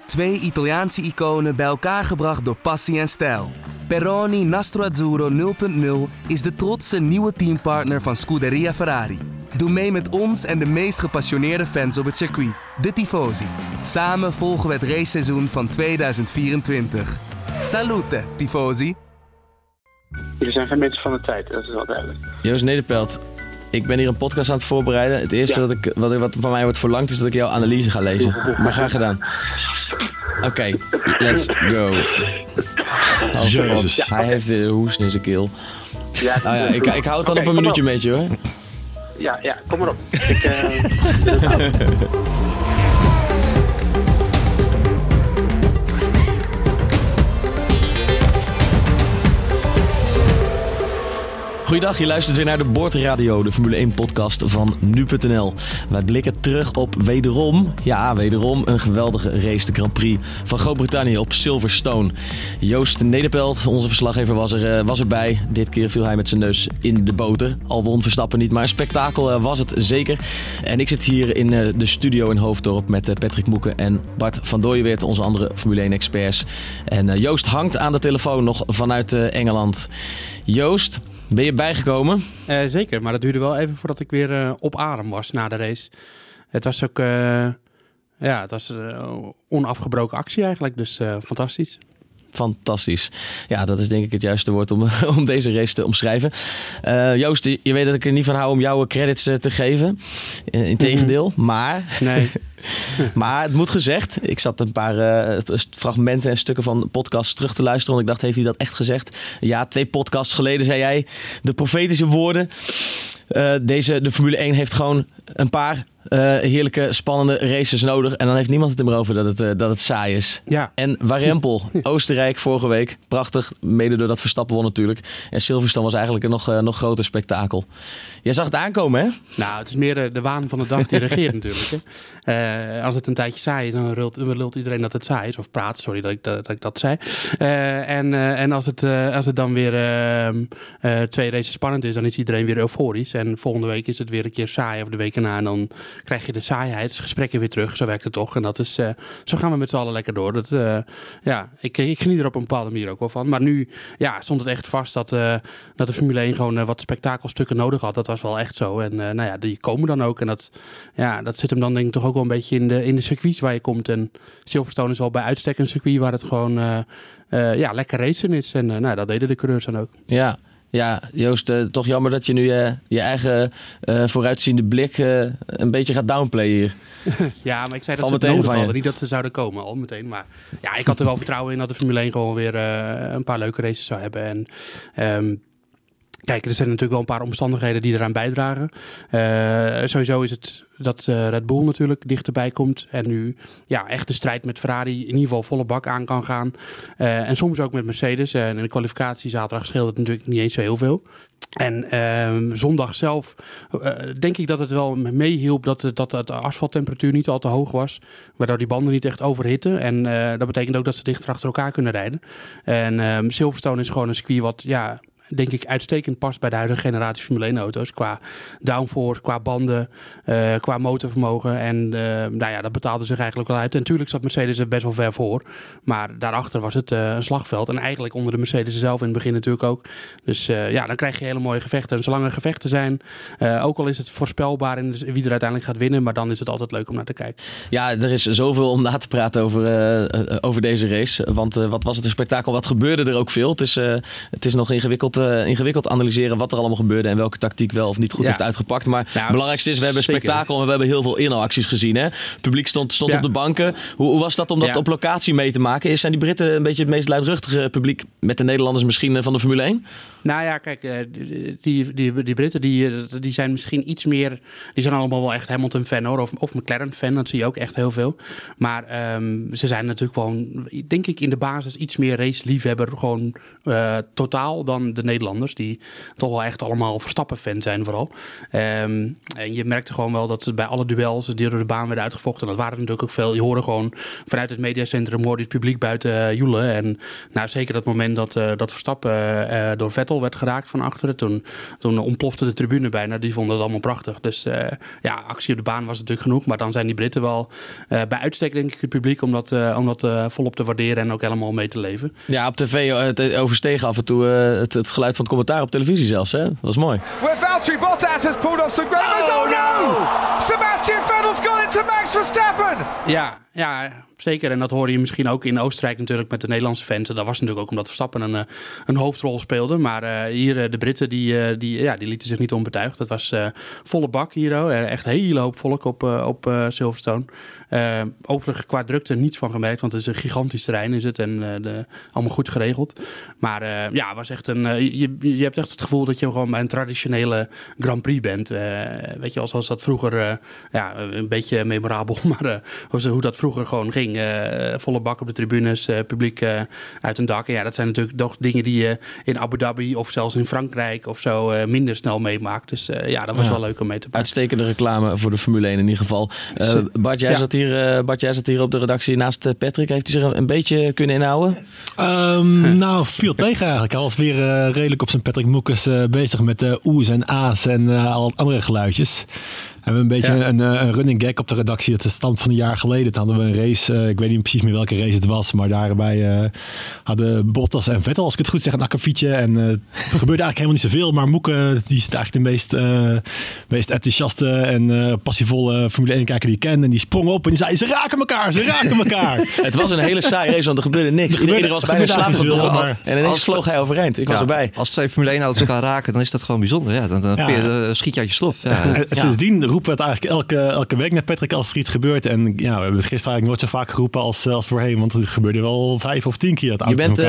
2 Italiaanse iconen bij elkaar gebracht door passie en stijl. Peroni Nastro Azzurro 0.0 is de trotse nieuwe teampartner van Scuderia Ferrari. Doe mee met ons en de meest gepassioneerde fans op het circuit, de Tifosi. Samen volgen we het raceseizoen van 2024. Salute, Tifosi! Jullie zijn geen mensen van de tijd, dat is wel duidelijk. Joost Nederpelt, ik ben hier een podcast aan het voorbereiden. Het eerste wat van mij wordt verlangd is dat ik jouw analyse ga lezen. Maar graag gedaan. Oké, let's go. Oh, Jezus. God, hij heeft weer hoest in zijn keel. Ja, Ik hou het dan op een minuutje met je, hoor. Ja, kom maar op. Goeiedag, je luistert weer naar de Boordradio, de Formule 1 podcast van nu.nl. Wij blikken terug op wederom een geweldige race, de Grand Prix van Groot-Brittannië op Silverstone. Joost Nederpelt, onze verslaggever, was erbij. Dit keer viel hij met zijn neus in de boter. Al won Verstappen niet, maar een spektakel was het zeker. En ik zit hier in de studio in Hoofddorp met Patrick Moeken en Bart van Dooyeweert, onze andere Formule 1 experts. En Joost hangt aan de telefoon nog vanuit Engeland. Joost, ben je bijgekomen? Zeker, maar dat duurde wel even voordat ik weer op adem was na de race. Het was ook onafgebroken actie eigenlijk, dus fantastisch. Fantastisch. Ja, dat is denk ik het juiste woord om deze race te omschrijven. Joost, je weet dat ik er niet van hou om jouw credits te geven. Integendeel, maar... Nee. Maar het moet gezegd, ik zat een paar fragmenten en stukken van podcasts terug te luisteren. Want ik dacht, heeft hij dat echt gezegd? Ja, 2 podcasts geleden zei jij de profetische woorden. De Formule 1 heeft gewoon een paar heerlijke, spannende races nodig. En dan heeft niemand het er meer over dat het saai is. Ja. En Warempel, Oostenrijk vorige week. Prachtig, mede doordat Verstappen won natuurlijk. En Silverstone was eigenlijk een nog groter spektakel. Jij zag het aankomen, hè? Nou, het is meer de waan van de dag die regeert natuurlijk. Hè. Als het een tijdje saai is, dan lult iedereen dat het saai is. Of praat, sorry dat ik dat zei. En als het dan weer 2 races spannend is, dan is iedereen weer euforisch. En volgende week is het weer een keer saai of de week erna. En dan krijg je de saaiheid, dus gesprekken weer terug. Zo werkt het toch. En dat is, zo gaan we met z'n allen lekker door. Ik geniet er op een bepaalde manier ook wel van. Maar nu stond het echt vast dat de Formule 1 gewoon wat spektakelstukken nodig had. Dat was wel echt zo. En die komen dan ook. En dat zit hem dan denk ik toch ook wel een beetje in de circuits waar je komt. En Silverstone is wel bij uitstek een circuit waar het gewoon lekker racen is. En dat deden de coureurs dan ook. Ja. Ja, Joost, toch jammer dat je nu je eigen vooruitziende blik een beetje gaat downplayen hier. Ja, maar ik zei dat ze het nodig hadden. Niet dat ze zouden komen al meteen. Maar ja, ik had er wel vertrouwen in dat de Formule 1 gewoon weer een paar leuke races zou hebben. En kijk, er zijn natuurlijk wel een paar omstandigheden die eraan bijdragen. Sowieso is het dat Red Bull natuurlijk dichterbij komt. En nu echt de strijd met Ferrari in ieder geval volle bak aan kan gaan. En soms ook met Mercedes. En in de kwalificatie zaterdag scheelde het natuurlijk niet eens zo heel veel. En zondag zelf denk ik dat het wel meehielp dat de asfalttemperatuur niet al te hoog was. Waardoor die banden niet echt overhitten. En dat betekent ook dat ze dichter achter elkaar kunnen rijden. En Silverstone is gewoon een circuit wat denk ik uitstekend past bij de huidige generatie Formule 1 auto's. Qua downforce, qua banden, qua motorvermogen. En dat betaalde zich eigenlijk wel uit. En natuurlijk zat Mercedes er best wel ver voor. Maar daarachter was het een slagveld. En eigenlijk onder de Mercedes zelf in het begin natuurlijk ook. Dus dan krijg je hele mooie gevechten. En zolang er gevechten zijn, ook al is het voorspelbaar in wie er uiteindelijk gaat winnen. Maar dan is het altijd leuk om naar te kijken. Ja, er is zoveel om na te praten over deze race. Want wat was het een spektakel? Wat gebeurde er ook veel? Het is nog ingewikkeld analyseren wat er allemaal gebeurde en welke tactiek wel of niet goed heeft uitgepakt. Maar het belangrijkste is, we hebben spektakel en we hebben heel veel inhaalacties gezien. Hè? Het publiek stond op de banken. Hoe was dat om dat op locatie mee te maken? Zijn die Britten een beetje het meest luidruchtige publiek met de Nederlanders misschien van de Formule 1? Nou ja, kijk, die Britten die zijn misschien iets meer. Die zijn allemaal wel echt Hamilton-fan hoor, of McLaren-fan. Dat zie je ook echt heel veel. Maar ze zijn natuurlijk gewoon, denk ik, in de basis iets meer race-liefhebber gewoon totaal dan de Nederlanders, die toch wel echt allemaal Verstappen-fan zijn vooral. En je merkte gewoon wel dat bij alle duels die door de baan werden uitgevochten, dat waren natuurlijk ook veel. Je hoorde gewoon vanuit het mediacentrum hoorde het publiek buiten joelen. En nou, zeker dat moment dat Verstappen door Vettel werd geraakt van achteren, toen ontplofte de tribune bijna. Die vonden het allemaal prachtig. Dus actie op de baan was natuurlijk genoeg. Maar dan zijn die Britten wel bij uitstek, denk ik, het publiek om dat volop te waarderen en ook helemaal mee te leven. Ja, op tv oversteeg af en toe het geluid van het commentaar op televisie zelfs. Hè? Dat was mooi. Where Valtteri Bottas has pulled off some great oh no! Sebastian Vettel's gone into Max Verstappen! Ja, zeker. En dat hoorde je misschien ook in Oostenrijk natuurlijk met de Nederlandse fans. En dat was natuurlijk ook omdat Verstappen een hoofdrol speelde. Maar hier de Britten die lieten zich niet onbetuigd. Dat was volle bak hier. Echt een hele hoop volk op Silverstone. Overigens qua drukte niets van gemerkt, want het is een gigantisch terrein is het en allemaal goed geregeld. Maar was echt je hebt echt het gevoel dat je gewoon bij een traditionele Grand Prix bent. Weet je, zoals dat vroeger, een beetje memorabel, maar hoe dat vroeger gewoon ging. Volle bak op de tribunes, publiek uit een dak. En ja, dat zijn natuurlijk toch dingen die je in Abu Dhabi of zelfs in Frankrijk of zo minder snel meemaakt. Dus dat was wel leuk om mee te maken. Uitstekende reclame voor de Formule 1 in ieder geval. Bart, jij zat hier op de redactie naast Patrick. Heeft hij zich een beetje kunnen inhouden? Nou, viel tegen eigenlijk. Hij was weer redelijk op zijn Patrick Moekes bezig met oe's en a's en al andere geluidjes. We hebben een beetje een running gag op de redactie. Het is stand van een jaar geleden. Toen hadden we een race. Ik weet niet precies meer welke race het was. Maar daarbij hadden Bottas en Vettel, als ik het goed zeg, een akkefietje. En er gebeurde eigenlijk helemaal niet zoveel. Maar Moeke, die is eigenlijk de meest enthousiaste en passievolle Formule 1 kijker die ik ken. En die sprong op en die zei, ze raken elkaar. Het was een hele saaie race, want er gebeurde niks. Iedereen was bijna slaapgevallen. En ineens vloog hij overeind. Ik was erbij. Als 2 Formule 1 auto's elkaar raken, dan is dat gewoon bijzonder. Ja, dan schiet je uit je slof. Ja. Sindsdien roepen we het eigenlijk elke week naar Patrick als er iets gebeurt. En we hebben het gisteren eigenlijk nooit zo vaak geroepen als voorheen. Want het gebeurde wel 5 of 10 keer dat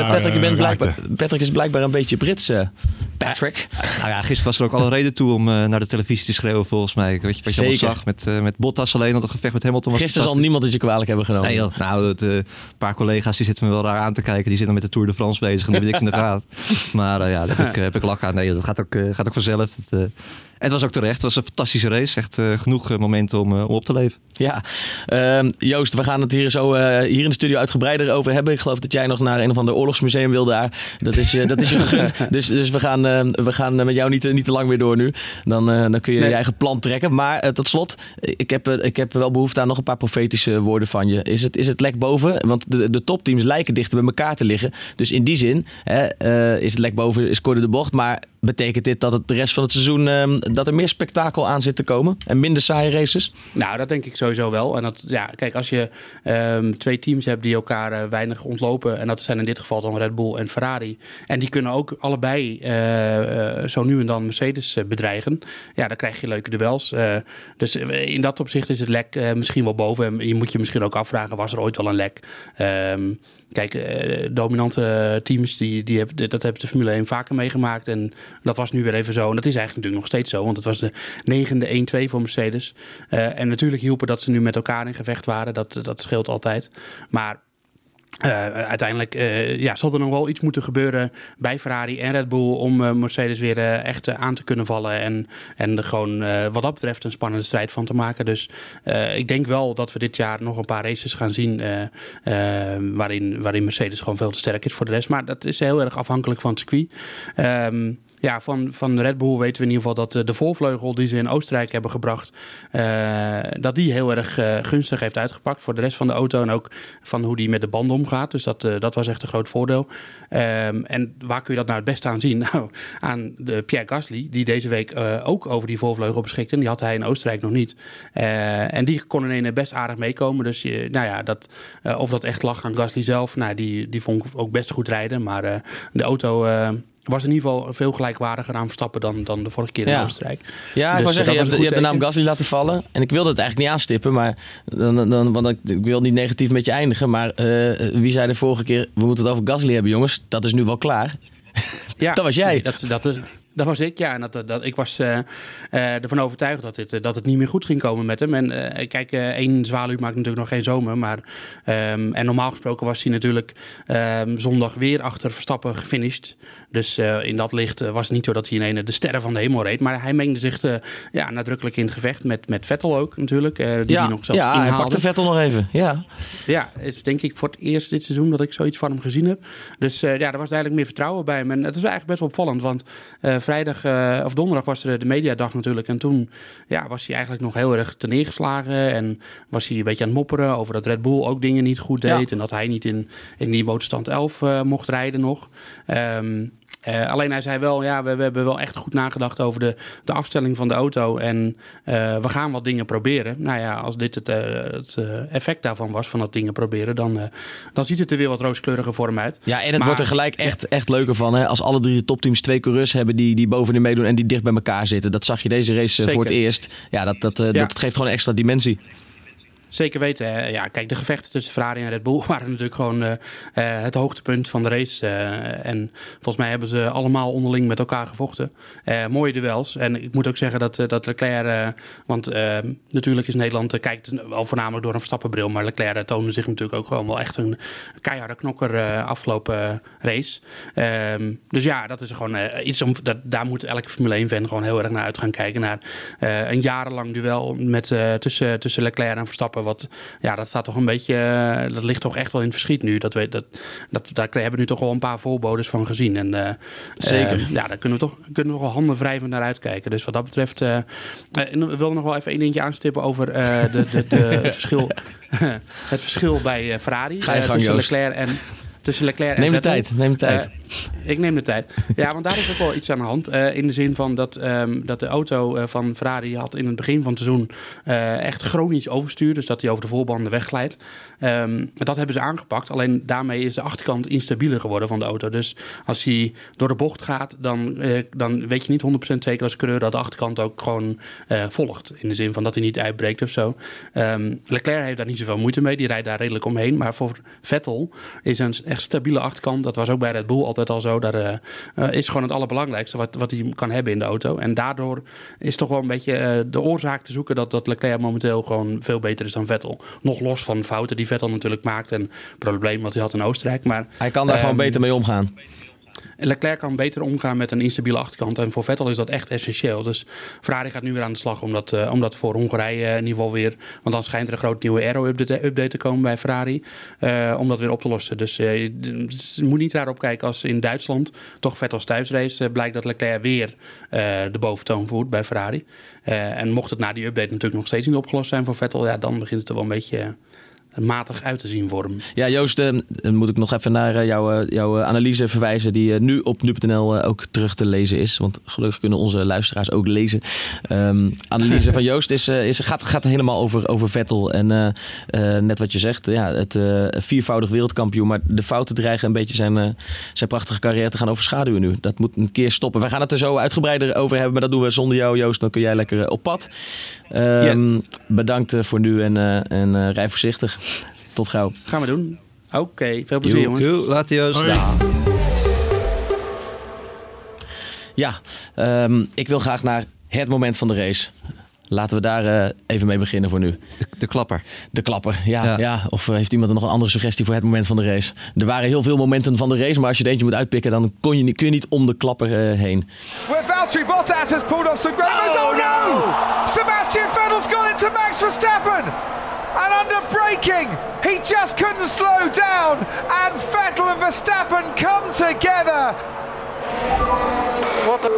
Patrick is blijkbaar een beetje Brits, Patrick. Gisteren was er ook al een reden toe om naar de televisie te schreeuwen volgens mij. Weet je wat je allemaal zag met Bottas alleen, dat het gevecht met Hamilton was. Gisteren zal niemand het je kwalijk hebben genomen. Nee, een paar collega's die zitten me wel raar aan te kijken. Die zitten met de Tour de France bezig en dan weet ik in de raad. Maar daar heb ik lak aan. Nee, dat gaat ook vanzelf. En het was ook terecht. Het was een fantastische race. Echt genoeg momenten om op te leven. Ja. Joost, we gaan het hier zo hier in de studio uitgebreider over hebben. Ik geloof dat jij nog naar een of ander oorlogsmuseum wil daar. Dat is je gegund. Dus we gaan met jou niet te lang weer door nu. Dan kun je je eigen plan trekken. Maar tot slot, ik heb wel behoefte aan nog een paar profetische woorden van je. Is het lek boven? Want de topteams lijken dichter bij elkaar te liggen. Dus in die zin is het lek boven, is korter de bocht. Maar betekent dit dat het de rest van het seizoen dat er meer spektakel aan zit te komen en minder saaie races? Nou, dat denk ik sowieso wel. En kijk, als je 2 teams hebt die elkaar weinig ontlopen, en dat zijn in dit geval dan Red Bull en Ferrari, en die kunnen ook allebei zo nu en dan Mercedes bedreigen, dan krijg je leuke duels. Dus in dat opzicht is het lek misschien wel boven. En je moet je misschien ook afvragen, was er ooit wel een lek? Kijk, dominante teams, dat hebben de Formule 1 vaker meegemaakt. En dat was nu weer even zo. En dat is eigenlijk natuurlijk nog steeds zo. Want het was de 9e 1-2 voor Mercedes. En natuurlijk hielpen dat ze nu met elkaar in gevecht waren. Dat scheelt altijd. Maar uiteindelijk zal er nog wel iets moeten gebeuren bij Ferrari en Red Bull om Mercedes weer echt aan te kunnen vallen en er gewoon wat dat betreft een spannende strijd van te maken. Dus ik denk wel dat we dit jaar nog een paar races gaan zien waarin Mercedes gewoon veel te sterk is voor de rest. Maar dat is heel erg afhankelijk van het circuit. Van Red Bull weten we in ieder geval dat de voorvleugel die ze in Oostenrijk hebben gebracht, dat die heel erg gunstig heeft uitgepakt voor de rest van de auto en ook van hoe die met de banden omgaat. Dus dat was echt een groot voordeel. En waar kun je dat nou het beste aan zien? Nou, aan de Pierre Gasly, die deze week ook over die voorvleugel beschikte. En die had hij in Oostenrijk nog niet. En die kon ineens best aardig meekomen. Dus of dat echt lag aan Gasly zelf, die vond ik ook best goed rijden. Maar de auto was in ieder geval veel gelijkwaardiger aan Verstappen dan de vorige keer in Oostenrijk. Ja, ik wou zeggen, je hebt de naam Gasly laten vallen. En ik wilde het eigenlijk niet aanstippen, maar want ik wil niet negatief met je eindigen. Maar wie zei de vorige keer, we moeten het over Gasly hebben, jongens. Dat is nu wel klaar. Ja, dat was jij. Dat was ik, ja. En ik was ervan overtuigd dat het niet meer goed ging komen met hem. En kijk, 1 zwaluw maakt natuurlijk nog geen zomer. Maar, en normaal gesproken was hij natuurlijk zondag weer achter Verstappen gefinished. Dus in dat licht was het niet zo dat hij in ene de sterren van de hemel reed. Maar hij mengde zich nadrukkelijk in het gevecht met Vettel ook natuurlijk. Die nog zelfs inhaalde. Hij pakte Vettel nog even. Ja, het is denk ik voor het eerst dit seizoen dat ik zoiets van hem gezien heb. Dus er was eigenlijk meer vertrouwen bij hem. En het is eigenlijk best wel opvallend. Want vrijdag of donderdag was er de mediadag natuurlijk. En toen was hij eigenlijk nog heel erg neergeslagen. En was hij een beetje aan het mopperen over dat Red Bull ook dingen niet goed deed. Ja. En dat hij niet in die motorstand 11 mocht rijden nog. Alleen hij zei wel, we hebben wel echt goed nagedacht over de afstelling van de auto. En we gaan wat dingen proberen. Nou ja, als dit het effect daarvan was, van dat dingen proberen, dan ziet het er weer wat rooskleuriger voor hem uit. Ja, en het wordt er gelijk echt leuker van. Hè? Als alle 3 de topteams 2 coureurs hebben die bovenin meedoen en die dicht bij elkaar zitten. Dat zag je deze race Zeker. Voor het eerst. Ja, dat geeft gewoon een extra dimensie. Zeker weten. Ja, kijk, de gevechten tussen Ferrari en Red Bull waren natuurlijk gewoon het hoogtepunt van de race. En volgens mij hebben ze allemaal onderling met elkaar gevochten. Mooie duels. En ik moet ook zeggen dat Leclerc... want natuurlijk is Nederland kijkt wel voornamelijk door een Verstappenbril. Maar Leclerc toonde zich natuurlijk ook gewoon wel echt een keiharde knokker afgelopen race. Dus ja, dat is gewoon iets om... Daar moet elke Formule 1-fan gewoon heel erg naar uit gaan kijken. Naar een jarenlang duel tussen Leclerc en Verstappen. Dat staat toch een beetje... dat ligt toch echt wel in het verschiet nu. Daar hebben we nu toch wel een paar voorbodes van gezien. En, Zeker. Daar kunnen we toch wel handen wrijvend naar uitkijken. Dus wat dat betreft... we wilden nog wel even 1 dingetje aanstippen over het verschil... het verschil bij Ferrari. Ga je gang, tussen Joost. Leclerc en Vettel. Neem de tijd. Ik neem de tijd. Ja, want daar is ook wel iets aan de hand. In de zin van dat de auto van Ferrari had in het begin van het seizoen echt chronisch overstuur. Dus dat hij over de voorbanden wegglijdt. Dat hebben ze aangepakt. Alleen daarmee is de achterkant instabieler geworden van de auto. Dus als hij door de bocht gaat, dan weet je niet 100% zeker als coureur dat de achterkant ook gewoon volgt. In de zin van dat hij niet uitbreekt of zo. Leclerc heeft daar niet zoveel moeite mee. Die rijdt daar redelijk omheen. Maar voor Vettel is een echt stabiele achterkant. Dat was ook bij Red Bull altijd al zo. Daar is gewoon het allerbelangrijkste wat hij kan hebben in de auto. En daardoor is toch wel een beetje de oorzaak te zoeken dat Leclerc momenteel gewoon veel beter is dan Vettel. Nog los van fouten die Vettel natuurlijk maakt en het probleem wat hij had in Oostenrijk. Maar hij kan daar gewoon beter mee omgaan. Leclerc kan beter omgaan met een instabiele achterkant. En voor Vettel is dat echt essentieel. Dus Ferrari gaat nu weer aan de slag om dat voor Hongarije in ieder geval weer... Want dan schijnt er een groot nieuwe aero-update te komen bij Ferrari. Om dat weer op te lossen. Dus je moet niet daarop kijken als in Duitsland toch Vettels thuisrace blijkt dat Leclerc weer de boventoon voert bij Ferrari. En mocht het na die update natuurlijk nog steeds niet opgelost zijn voor Vettel... dan begint het er wel een beetje... matig uit te zien voor hem. Ja, Joost, dan moet ik nog even naar jouw analyse verwijzen die nu op nu.nl ook terug te lezen is. Want gelukkig kunnen onze luisteraars ook lezen. Analyse van Joost gaat helemaal over Vettel. En net wat je zegt, het 4-voudig wereldkampioen. Maar de fouten dreigen een beetje zijn prachtige carrière te gaan overschaduwen nu. Dat moet een keer stoppen. Wij gaan het er zo uitgebreider over hebben, maar dat doen we zonder jou, Joost. Dan kun jij lekker op pad. Yes. Bedankt voor nu en rij voorzichtig. Tot gauw. Gaan we doen. Oké, veel plezier jongens. Laat Joost. Ja, ik wil graag naar het moment van de race. Laten we daar even mee beginnen voor nu. De klapper. De klapper, ja. Of heeft iemand er nog een andere suggestie voor het moment van de race? Er waren heel veel momenten van de race, maar als je er eentje moet uitpikken, dan kun je niet om de klapper heen. Where Valtteri Bottas has pulled off some ground. Oh no! Sebastian Vettel's gone into Max Verstappen! And under braking, he just couldn't slow down. And Vettel and Verstappen come together. What the...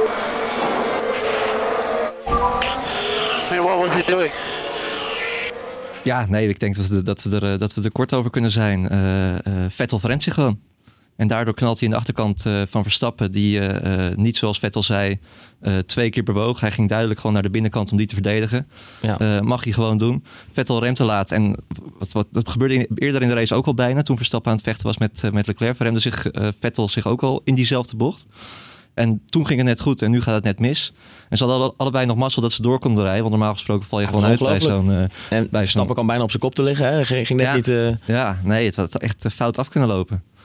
Hey, what was he doing? Ja, nee, ik denk dat we er kort over kunnen zijn. Vettel verremt zich gewoon. En daardoor knalt hij in de achterkant van Verstappen, die niet zoals Vettel zei, 2 keer bewoog. Hij ging duidelijk gewoon naar de binnenkant om die te verdedigen. Ja. Mag hij gewoon doen. Vettel remt te laat. En dat gebeurde eerder in de race ook al bijna. Toen Verstappen aan het vechten was met Leclerc, verremde Vettel zich ook al in diezelfde bocht. En toen ging het net goed en nu gaat het net mis. En ze hadden allebei nog mazzel dat ze door konden rijden. Want normaal gesproken val je gewoon uit bij zo'n... En Verstappen kan bijna op zijn kop te liggen. Hè? Ging net niet... Ja, nee, het had echt fout af kunnen lopen.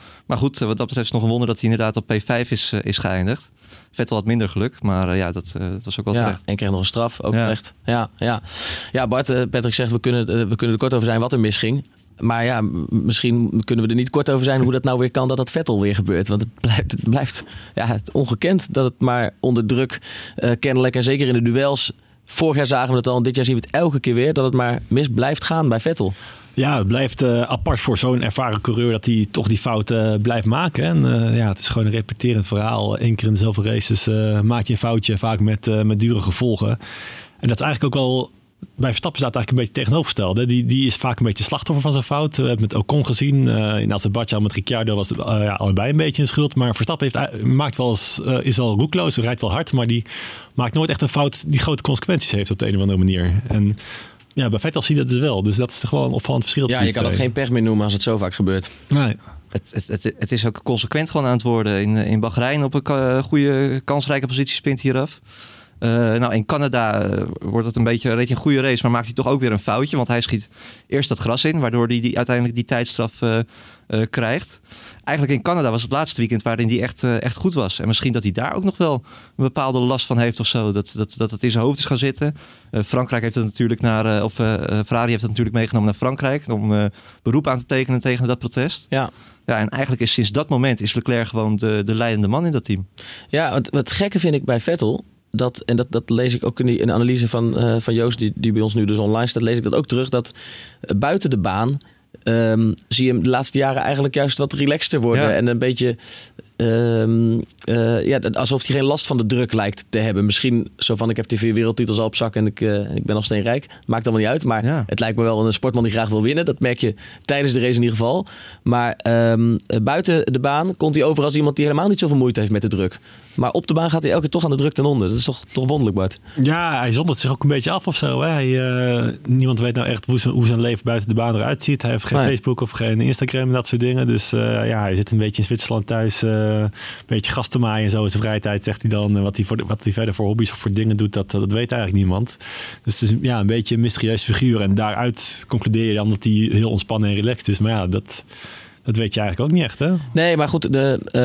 Maar goed, wat dat betreft is het nog een wonder dat hij inderdaad op P5 is geëindigd. Vettel had minder geluk, maar dat was ook wel terecht. En kreeg nog een straf, ook terecht. Ja, Bart, Patrick zegt, we kunnen er kort over zijn wat er misging. Maar ja, misschien kunnen we er niet kort over zijn hoe dat nou weer kan dat Vettel weer gebeurt. Want het blijft ongekend dat het maar onder druk kennelijk en zeker in de duels. Vorig jaar zagen we het al en dit jaar zien we het elke keer weer dat het maar mis blijft gaan bij Vettel. Ja, het blijft apart voor zo'n ervaren coureur dat hij toch die fouten blijft maken. En het is gewoon een repeterend verhaal. 1 keer in dezelfde races maak je een foutje, vaak met dure gevolgen. En dat is eigenlijk ook wel... Bij Verstappen staat eigenlijk een beetje tegenovergesteld. Die is vaak een beetje slachtoffer van zijn fout. We hebben het met Ocon gezien. In Azerbaijan met Ricciardo was het allebei een beetje een schuld. Maar Verstappen is wel roekloos, rijdt wel hard. Maar die maakt nooit echt een fout die grote consequenties heeft op de een of andere manier. En ja, bij Vettel zie je dat dus wel. Dus dat is toch wel een opvallend verschil. Ja, je kan dat geen pech meer noemen als het zo vaak gebeurt. Nee. Het is ook consequent gewoon aan het worden. In Bahrein op een goede kansrijke positie spint hij eraf. In Canada wordt het reed hij een goede race, maar maakt hij toch ook weer een foutje. Want hij schiet eerst dat gras in, waardoor hij uiteindelijk die tijdstraf krijgt. Eigenlijk in Canada was het laatste weekend waarin hij echt goed was. En misschien dat hij daar ook nog wel een bepaalde last van heeft of zo. Dat het in zijn hoofd is gaan zitten. Frankrijk heeft het natuurlijk Ferrari heeft het natuurlijk meegenomen naar Frankrijk. Om beroep aan te tekenen tegen dat protest. Ja, en eigenlijk is sinds dat moment is Leclerc gewoon de leidende man in dat team. Ja, wat gekke vind ik bij Vettel... Dat lees ik ook in de analyse van Joost, die bij ons nu dus online staat, lees ik dat ook terug. Dat buiten de baan zie je hem de laatste jaren eigenlijk juist wat relaxter worden. Ja. En een beetje alsof hij geen last van de druk lijkt te hebben. Misschien zo van, ik heb die 4 wereldtitels al op zak en ik ben al steenrijk. Maakt allemaal niet uit. Maar het lijkt me wel een sportman die graag wil winnen. Dat merk je tijdens de race in ieder geval. Maar buiten de baan komt hij over als iemand die helemaal niet zoveel moeite heeft met de druk. Maar op de baan gaat hij elke keer toch aan de druk ten onder. Dat is toch wonderlijk, Bart? Ja, hij zondert zich ook een beetje af of zo. Hè? Niemand weet nou echt hoe zijn leven buiten de baan eruit ziet. Hij heeft geen Facebook of geen Instagram en dat soort dingen. Dus hij zit een beetje in Zwitserland thuis. Een beetje gas te maaien en zo in zijn vrije tijd, zegt hij dan. Wat hij verder voor hobby's of voor dingen doet, dat weet eigenlijk niemand. Dus het is een beetje een mysterieus figuur. En daaruit concludeer je dan dat hij heel ontspannen en relaxed is. Maar ja, dat weet je eigenlijk ook niet echt, hè? Nee, maar goed,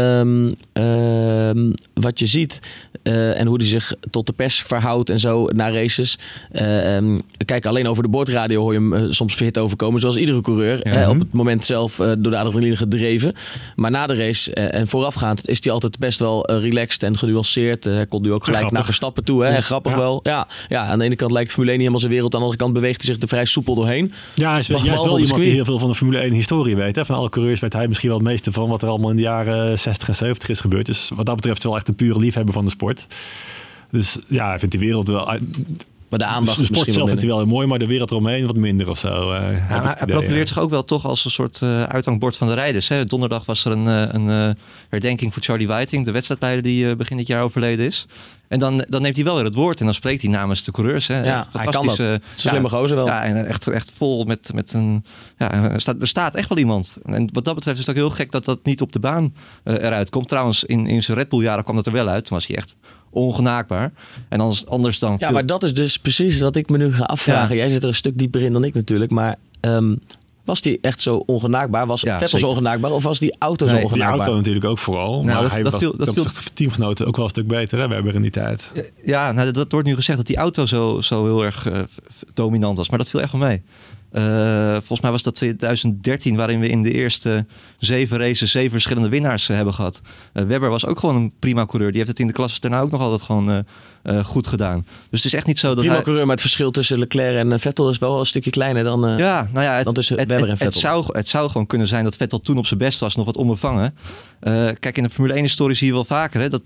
wat je ziet en hoe hij zich tot de pers verhoudt en zo na races. Kijk, alleen over de boordradio hoor je hem soms verhit overkomen, zoals iedere coureur. Op het moment zelf door de adrenaline gedreven. Maar na de race en voorafgaand is hij altijd best wel relaxed en genuanceerd. Hij kon nu ook gelijk naar Verstappen toe. Hè? Grappig wel. Ja, aan de ene kant lijkt Formule 1 niet helemaal zijn wereld. Aan de andere kant beweegt hij zich er vrij soepel doorheen. Ja, hij is juist wel iemand die heel veel van de Formule 1 historie weet. Hè? Van alle coureurs weet hij misschien wel het meeste van wat er allemaal in de jaren 60 en 70 is gebeurd. Dus wat dat betreft wel echt een pure liefhebber van de sport. Dus ja, hij vindt die wereld wel... Maar de aandacht de sport zelf vindt hij wel heel mooi, maar de wereld eromheen wat minder of zo. Hij profileert zich ook wel toch als een soort uithangbord van de rijders. Hè? Donderdag was er een herdenking voor Charlie Whiting, de wedstrijdleider die begin dit jaar overleden is. En dan neemt hij wel weer het woord en dan spreekt hij namens de coureurs. Hè? Ja, hij kan dat. Het is een slimme gozer wel. Ja, en echt vol met een... Ja, er staat echt wel iemand. En wat dat betreft is het ook heel gek dat dat niet op de baan eruit komt. Trouwens, in zijn Red Bull jaren kwam dat er wel uit. Toen was hij echt ongenaakbaar. En anders dan... Ja, maar dat is dus precies wat ik me nu ga afvragen. Ja. Jij zit er een stuk dieper in dan ik natuurlijk, maar... Was die echt zo ongenaakbaar? Was Vettel zo ongenaakbaar? Of was die auto zo ongenaakbaar? Die auto natuurlijk ook vooral. Maar hij was de teamgenoten ook wel een stuk beter. Hè? We hebben er in die tijd. Ja, dat wordt nu gezegd dat die auto zo heel erg dominant was. Maar dat viel echt wel mee. Volgens mij was dat 2013 waarin we in de eerste 7 races 7 verschillende winnaars hebben gehad. Webber was ook gewoon een prima coureur. Die heeft het in de klasse daarna ook nog altijd gewoon goed gedaan. Dus het is echt niet zo dat prima coureur, maar het verschil tussen Leclerc en Vettel is wel een stukje kleiner dan, dan tussen Webber en Vettel. Het zou gewoon kunnen zijn dat Vettel toen op zijn best was, nog wat onbevangen. Kijk, in de Formule 1-historie zie je wel vaker. Hè,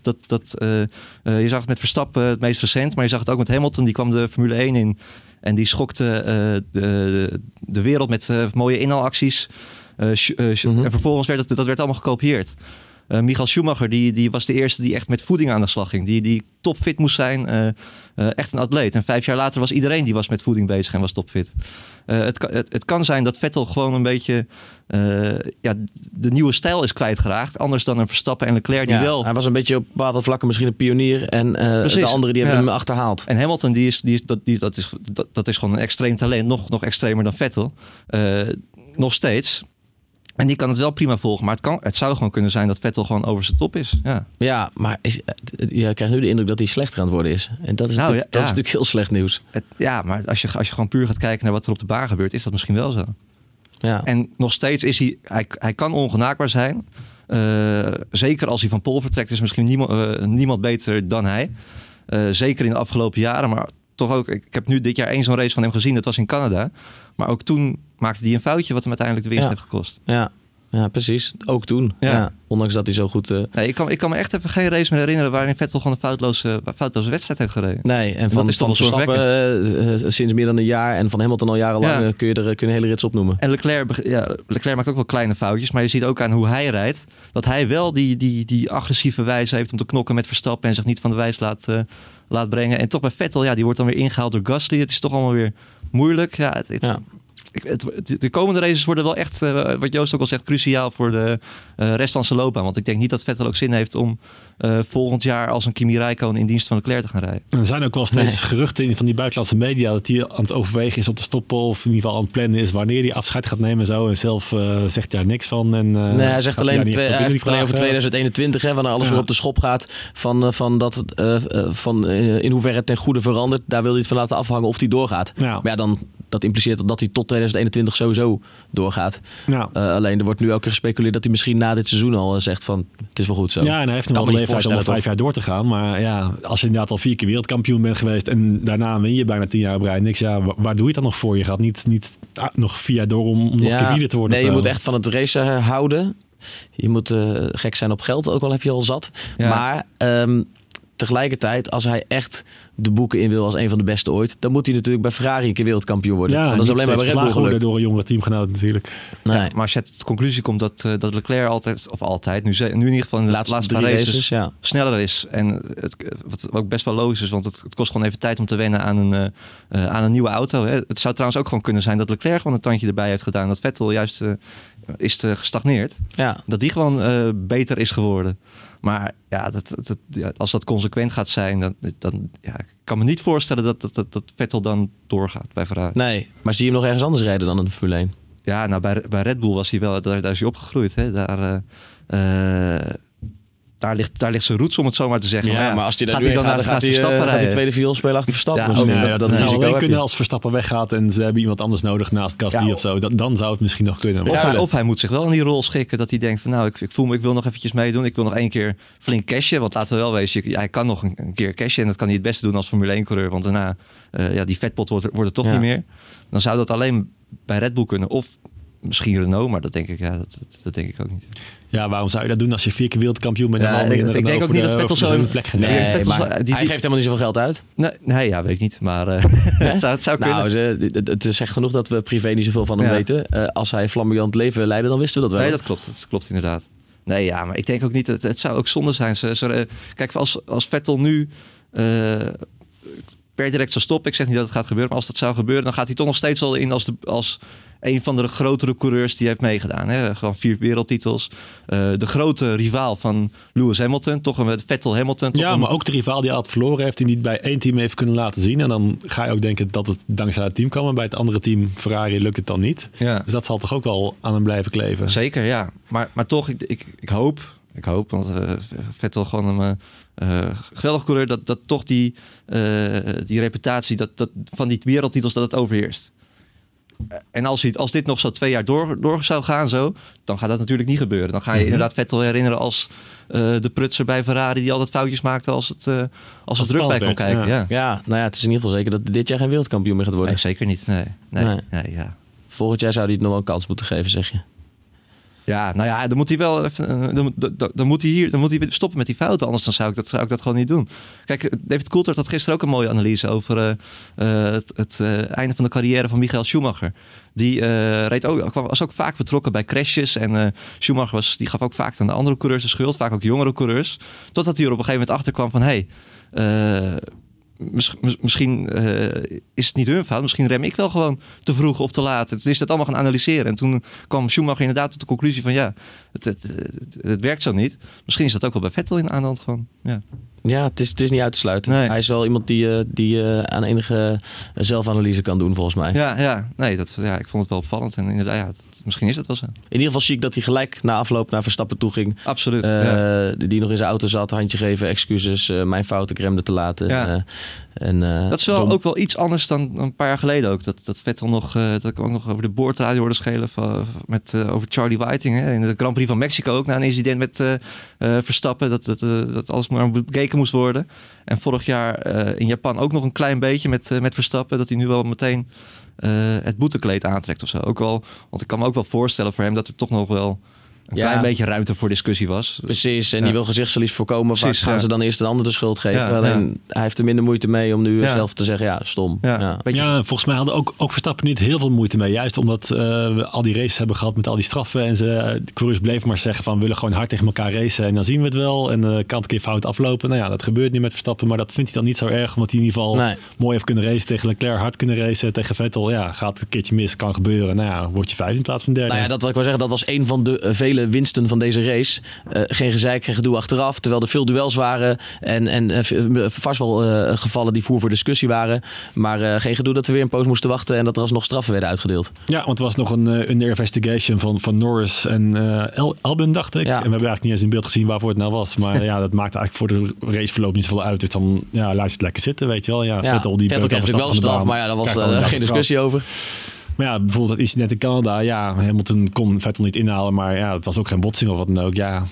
je zag het met Verstappen het meest recent, maar je zag het ook met Hamilton. Die kwam de Formule 1 in. En die schokte de wereld met mooie inhaalacties. En vervolgens werd dat allemaal gekopieerd. Michael Schumacher, die was de eerste die echt met voeding aan de slag ging. Die topfit moest zijn. Echt een atleet. En 5 jaar later was iedereen die was met voeding bezig en was topfit. Het kan zijn dat Vettel gewoon een beetje de nieuwe stijl is kwijtgeraakt. Anders dan een Verstappen en Leclerc die wel... Hij was een beetje op bepaalde vlakken misschien een pionier. En de anderen die hebben hem achterhaald. En Hamilton, dat is gewoon een extreem talent. Nog extremer dan Vettel. Nog steeds. En die kan het wel prima volgen. Maar het zou gewoon kunnen zijn dat Vettel gewoon over zijn top is. Ja, maar je krijgt nu de indruk dat hij slechter aan het worden is. En dat is, dat is natuurlijk heel slecht nieuws. Maar als je gewoon puur gaat kijken naar wat er op de baan gebeurt, is dat misschien wel zo. Ja. En nog steeds is hij kan ongenaakbaar zijn. Zeker als hij van pole vertrekt, is misschien niemand beter dan hij. Zeker in de afgelopen jaren, maar toch ook. Ik heb nu dit jaar 1 zo'n race van hem gezien. Dat was in Canada. Maar ook toen maakte hij een foutje wat hem uiteindelijk de winst heeft gekost. Ja, precies. Ook toen. Ja. Ondanks dat hij zo goed... Nee, ik kan me echt even geen race meer herinneren waarin Vettel gewoon een foutloze wedstrijd heeft gereden. Nee, en van Verstappen sinds meer dan een jaar en van Hamilton al jarenlang kun je een hele rits opnoemen. En Leclerc maakt ook wel kleine foutjes, maar je ziet ook aan hoe hij rijdt dat hij wel die agressieve wijze heeft om te knokken met Verstappen en zich niet van de wijs laat brengen. En toch bij Vettel, die wordt dan weer ingehaald door Gasly. Het is toch allemaal weer moeilijk. De komende races worden wel echt, wat Joost ook al zegt, cruciaal voor de rest van zijn loopbaan. Want ik denk niet dat Vettel ook zin heeft om volgend jaar als een Kimi Räikkönen in dienst van Leclerc te gaan rijden. Er zijn ook wel steeds geruchten van die buitenlandse media dat hij aan het overwegen is op de stoppen of in ieder geval aan het plannen is wanneer hij afscheid gaat nemen en zo. En zelf zegt daar niks van. En, hij zegt alleen over 2021, hè, wanneer alles weer op de schop gaat van in hoeverre het ten goede verandert. Daar wil hij het van laten afhangen of hij doorgaat. Ja. Maar dan dat impliceert dat hij tot 2021 sowieso doorgaat. Ja. Alleen er wordt nu elke keer gespeculeerd dat hij misschien na dit seizoen al zegt van het is wel goed zo. Ja, en hij heeft nog wel de leeftijd om 5 jaar door te gaan. Maar ja, als je inderdaad al 4 keer wereldkampioen bent geweest en daarna win je bijna 10 jaar op rij niks. Ja, waar doe je het dan nog voor? Je gaat niet nog 4 jaar door om nog keer vierde te worden. Nee, je moet echt van het racen houden. Je moet gek zijn op geld, ook al heb je al zat. Ja. Maar tegelijkertijd, als hij echt de boeken in wil als een van de beste ooit, dan moet hij natuurlijk bij Ferrari een keer wereldkampioen worden. Ja, want dat is alleen maar bij Red Bull gelukt. Door een jongere teamgenoot natuurlijk. Nee. Ja, maar als je tot de conclusie komt dat Leclerc altijd, nu in ieder geval in de laatste 3 races sneller is. En wat ook best wel logisch is, want het kost gewoon even tijd om te wennen aan een nieuwe auto. Hè. Het zou trouwens ook gewoon kunnen zijn dat Leclerc gewoon een tandje erbij heeft gedaan. Dat Vettel juist is gestagneerd. Ja. Dat die gewoon beter is geworden. Maar ja, als dat consequent gaat zijn, dan ik kan me niet voorstellen dat Vettel dan doorgaat bij Ferrari. Nee, maar zie je hem nog ergens anders rijden dan in de Formule 1? Ja, nou bij Red Bull was hij wel, daar is hij opgegroeid. Hè? Daar ligt zijn roots, om het zo maar te zeggen. Ja, maar als hij daar nu gaat hij tweede viool spelen achter Verstappen. Ja, dat zou alleen kunnen als Verstappen weggaat en ze hebben iemand anders nodig naast Gasly of zo. Dan zou het misschien nog kunnen. Of hij moet zich wel in die rol schikken dat hij denkt van ik wil nog eventjes meedoen. Ik wil nog 1 keer flink cashen. Want laten we wel wezen, hij kan nog een keer cashen. En dat kan hij het beste doen als Formule 1 coureur. Want daarna, die vetpot wordt het toch niet meer. Dan zou dat alleen bij Red Bull kunnen. Of misschien Renault, maar dat denk ik, dat denk ik ook niet. Ja, waarom zou je dat doen als je 4 keer wereldkampioen bent? Ik denk ook niet dat Vettel zo een plek gaat nemen. Hij geeft helemaal niet zoveel geld uit. Nee, weet ik niet. Maar het zou kunnen. Het is echt genoeg dat we privé niet zoveel van hem weten. Als hij flamboyant leven leidde, dan wisten we dat wel. Nee, dat klopt inderdaad. Nee, ja, maar ik denk ook niet, het zou ook zonde zijn. Kijk, als Vettel nu per direct zou stoppen, ik zeg niet dat het gaat gebeuren, maar als dat zou gebeuren, dan gaat hij toch nog steeds wel in als een van de grotere coureurs die heeft meegedaan. Hè? Gewoon 4 wereldtitels. De grote rivaal van Lewis Hamilton. Toch een Vettel Hamilton. Maar ook de rivaal die altijd verloren heeft. Die niet bij 1 team heeft kunnen laten zien. En dan ga je ook denken dat het dankzij het team kwam. En bij het andere team, Ferrari, lukt het dan niet. Ja. Dus dat zal toch ook wel aan hem blijven kleven. Zeker, ja. Maar toch, ik hoop, want Vettel gewoon een geweldig coureur. Dat toch die reputatie dat van die wereldtitels dat het overheerst. En als dit nog zo 2 jaar door zou gaan, dan gaat dat natuurlijk niet gebeuren. Dan ga je inderdaad Vettel herinneren als de prutser bij Ferrari die altijd foutjes maakte als het druk bij kon kijken. Ja, het is in ieder geval zeker dat dit jaar geen wereldkampioen meer gaat worden. Nee, zeker niet. Nee. Volgend jaar zou hij het nog wel een kans moeten geven, zeg je. Ja, dan moet hij wel even, dan moet hij stoppen met die fouten. Anders dan zou ik dat gewoon niet doen. Kijk, David Coulthard had gisteren ook een mooie analyse over het einde van de carrière van Michael Schumacher. Die was ook vaak betrokken bij crashes. En Schumacher die gaf ook vaak aan de andere coureurs de schuld. Vaak ook jongere coureurs. Totdat hij er op een gegeven moment achter kwam van misschien is het niet hun fout. Misschien rem ik wel gewoon te vroeg of te laat. Het is dat allemaal gaan analyseren. En toen kwam Schumacher inderdaad tot de conclusie van het werkt zo niet. Misschien is dat ook wel bij Vettel in de hand gewoon. Ja, het is niet uit te sluiten. Nee. Hij is wel iemand die aan enige zelfanalyse kan doen, volgens mij. Nee, ik vond het wel opvallend. En inderdaad, misschien is het wel zo. In ieder geval zie ik dat hij gelijk na afloop naar Verstappen toe ging. Absoluut. Die nog in zijn auto zat, handje geven, excuses, mijn fout, ik remde te laat. Dat is wel ook wel iets anders dan een paar jaar geleden ook. Dat Vettel nog, dat ik ook nog over de boordradio hoorde schelen over Charlie Whiting. Hè? In de Grand Prix van Mexico ook na een incident met Verstappen. Dat alles maar bekeken moest worden. En vorig jaar in Japan ook nog een klein beetje met Verstappen. Dat hij nu wel meteen het boetekleed aantrekt of zo. Ook al, want ik kan me ook wel voorstellen voor hem dat er toch nog wel een klein beetje ruimte voor discussie was. Precies, en die wil gezichtsverlies voorkomen. Vaak gaan ze dan eerst een ander de schuld geven. Alleen hij heeft er minder moeite mee om nu zelf te zeggen, stom. Volgens mij hadden ook Verstappen niet heel veel moeite mee. Juist omdat we al die races hebben gehad met al die straffen. En de coureurs bleven maar zeggen van we willen gewoon hard tegen elkaar racen. En dan zien we het wel. En kan het een keer fout aflopen. Nou ja, dat gebeurt niet met Verstappen. Maar dat vindt hij dan niet zo erg. Omdat hij in ieder geval mooi heeft kunnen racen. Tegen Leclerc hard kunnen racen. Tegen Vettel, gaat een keertje mis. Kan gebeuren. Nou ja, word je 5 in plaats van 3. Nou ja, dat wat ik wil zeggen. Dat was een van de vele winsten van deze race. Geen gezeik, geen gedoe achteraf. Terwijl er veel duels waren. En vast wel gevallen die voor discussie waren. Maar geen gedoe dat we weer een poos moesten wachten. En dat er alsnog straffen werden uitgedeeld. Ja, want er was nog een under investigation van Norris en Albon, dacht ik. Ja. En we hebben eigenlijk niet eens in beeld gezien waarvoor het nou was. Maar dat maakte eigenlijk voor de raceverloop niet zoveel uit. Dus dan laat je het lekker zitten, weet je wel. Ja, Vettel kreeg natuurlijk wel straf. Maar daar was geen discussie over. Maar ja, bijvoorbeeld dat incident in Canada. Hamilton kon Vettel niet inhalen. Maar het was ook geen botsing of wat dan ook. Ja,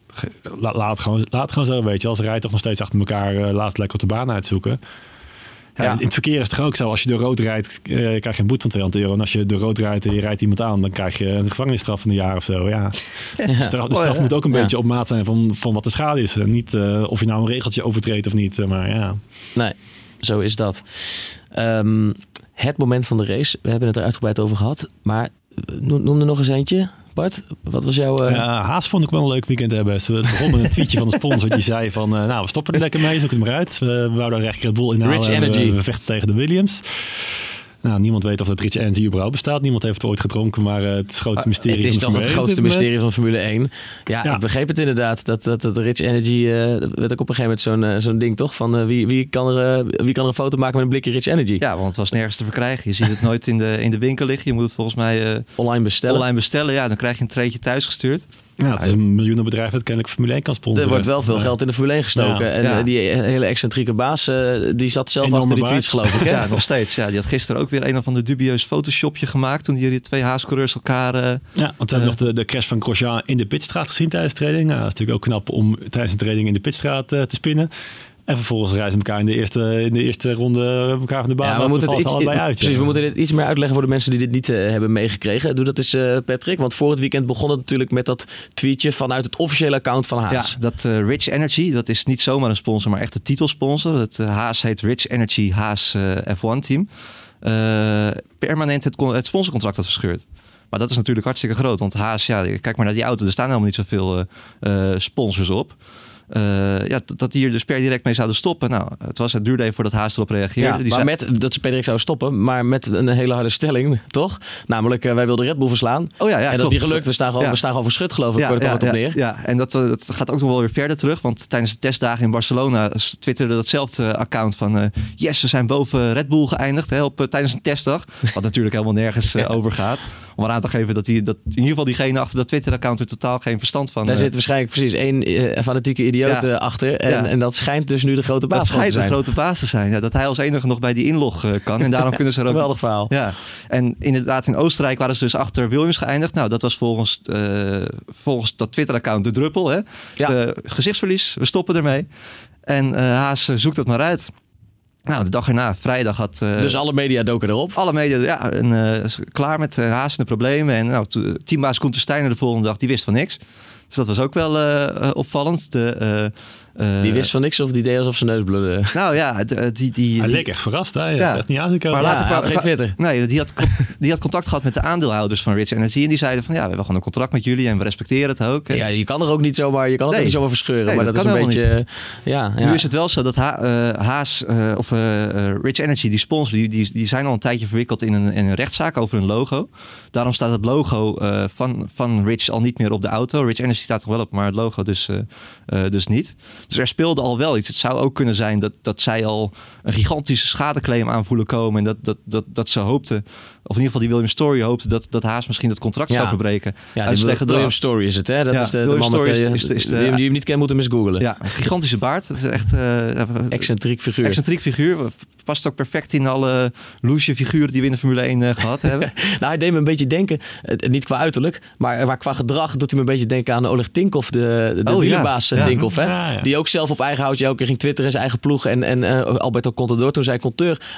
laat het gewoon zo, weet je. Als ze rijden toch nog steeds achter elkaar, laat het lekker op de baan uitzoeken. Ja. In het verkeer is het toch ook zo. Als je door rood rijdt, krijg je een boete van €200. En als je door rood rijdt en je rijdt iemand aan, dan krijg je een gevangenisstraf van een jaar of zo. Ja. De straf moet ook een beetje op maat zijn van wat de schade is. En niet of je nou een regeltje overtreedt of niet. Maar ja. Nee, zo is dat. Het moment van de race, we hebben het er uitgebreid over gehad. Maar noem er nog eens eentje. Bart, wat was jouw... Haas vond ik wel een leuk weekend hebben. Ze begonnen met een tweetje van de sponsor die zei van... we stoppen er lekker mee, zoek het maar uit. We wouden er echt Red Bull inhalen. Rich Energy. We vechten tegen de Williams. Nou, niemand weet of dat Rich Energy überhaupt bestaat. Niemand heeft het ooit gedronken, maar het is het grootste mysterie. Het is toch het grootste mysterie van Formule 1. Ja, ik begreep het inderdaad. Dat Rich Energy, werd ook op een gegeven moment zo'n ding toch? Van wie kan er een foto maken met een blikje Rich Energy? Ja, want het was nergens te verkrijgen. Je ziet het nooit in de winkel liggen. Je moet het volgens mij online bestellen. Ja, dan krijg je een treetje thuis gestuurd. Ja, het is een miljoenenbedrijf dat kennelijk Formule 1 kan sponsoren. Er wordt wel veel geld in de Formule 1 gestoken. En die hele excentrieke baas, die zat zelf achter die tweets, geloof ik. Hè? Ja, nog steeds. Ja, die had gisteren ook weer een of ander dubieus photoshopje gemaakt. Toen die twee Haas-coureurs elkaar... Ja, want we hebben nog de crash van Grosjean in de pitstraat gezien tijdens de training. Nou, dat is natuurlijk ook knap om tijdens de training in de pitstraat te spinnen. En vervolgens reizen elkaar in de eerste ronde elkaar van de baan. Ja, we moeten het allebei uit. Precies, we moeten dit iets meer uitleggen voor de mensen die dit niet hebben meegekregen. Doe dat eens, Patrick. Want voor het weekend begon het natuurlijk met dat tweetje vanuit het officiële account van Haas. Ja, dat Rich Energy, dat is niet zomaar een sponsor, maar echt de titelsponsor. Het Haas heet Rich Energy Haas F1 Team. Permanent het sponsorcontract had verscheurd. Maar dat is natuurlijk hartstikke groot. Want Haas, kijk maar naar die auto. Er staan helemaal niet zoveel sponsors op. Dat die hier dus per direct mee zouden stoppen. Nou, het duurde even voordat Haas erop reageerde. Ja, maar dat ze per direct zouden stoppen, maar met een hele harde stelling, toch? Namelijk, wij wilden Red Bull verslaan. En dat is niet gelukt. We staan gewoon voor schut, geloof ik. Daar kwam het op neer. Ja, en dat gaat ook nog wel weer verder terug. Want tijdens de testdagen in Barcelona twitterde datzelfde account van... yes, we zijn boven Red Bull geëindigd tijdens een testdag. Wat natuurlijk helemaal nergens over gaat. Om eraan te geven dat in ieder geval diegene achter dat Twitter-account er totaal geen verstand van... Daar zit waarschijnlijk precies één fanatieke idioot achter. En dat schijnt dus nu de grote baas te zijn. Dat schijnt de grote baas te zijn. Ja, dat hij als enige nog bij die inlog kan. En daarom kunnen ze er ook... Geweldig verhaal. Ja. En inderdaad, in Oostenrijk waren ze dus achter Williams geëindigd. Nou, dat was volgens dat Twitter-account de druppel. Hè? Ja. Gezichtsverlies, we stoppen ermee. En Haas zoekt dat maar uit. Nou, de dag erna, vrijdag had... dus alle media doken erop? Alle media, klaar met Haas en de problemen. En teambaas Koen Steiner de volgende dag, die wist van niks. Dus dat was ook wel opvallend. Die wist van niks of die deed alsof ze neus bloedde? Nou ja, hij leek echt verrast. Hè? Ja. Echt niet aangekomen. Maar hij had geen Twitter. Nee, die had contact gehad met de aandeelhouders van Rich Energy. En die zeiden van, we hebben gewoon een contract met jullie en we respecteren het ook. Ja, je kan er ook niet zomaar, niet zomaar verscheuren. Nee, maar dat is een beetje... Nu is het wel zo dat Haas of Rich Energy, die sponsor, die zijn al een tijdje verwikkeld in een rechtszaak over een logo. Daarom staat het logo van Rich al niet meer op de auto. Rich Energy die staat nog wel op, maar het logo dus niet. Dus er speelde al wel iets. Het zou ook kunnen zijn dat zij al een gigantische schadeclaim aanvoelen komen. En dat ze hoopten, of in ieder geval die William Story hoopte, dat Haas misschien dat contract zou verbreken. Ja, William Story is het, hè? Dat is de man die je hem niet kent, moet hem eens googlen. Ja, een gigantische baard. Dat is echt... excentriek figuur. Excentriek figuur. Past ook perfect in alle loesje figuren die we in de Formule 1 gehad hebben. Nou, hij deed me een beetje denken, niet qua uiterlijk, maar qua gedrag doet hij me een beetje denken aan Oleg Tinkoff, de wielerbaas Tinkoff. Hè? Ja. Die ook zelf op eigen houtje elke keer ging twitteren in zijn eigen ploeg. En Alberto Contador, toen zijn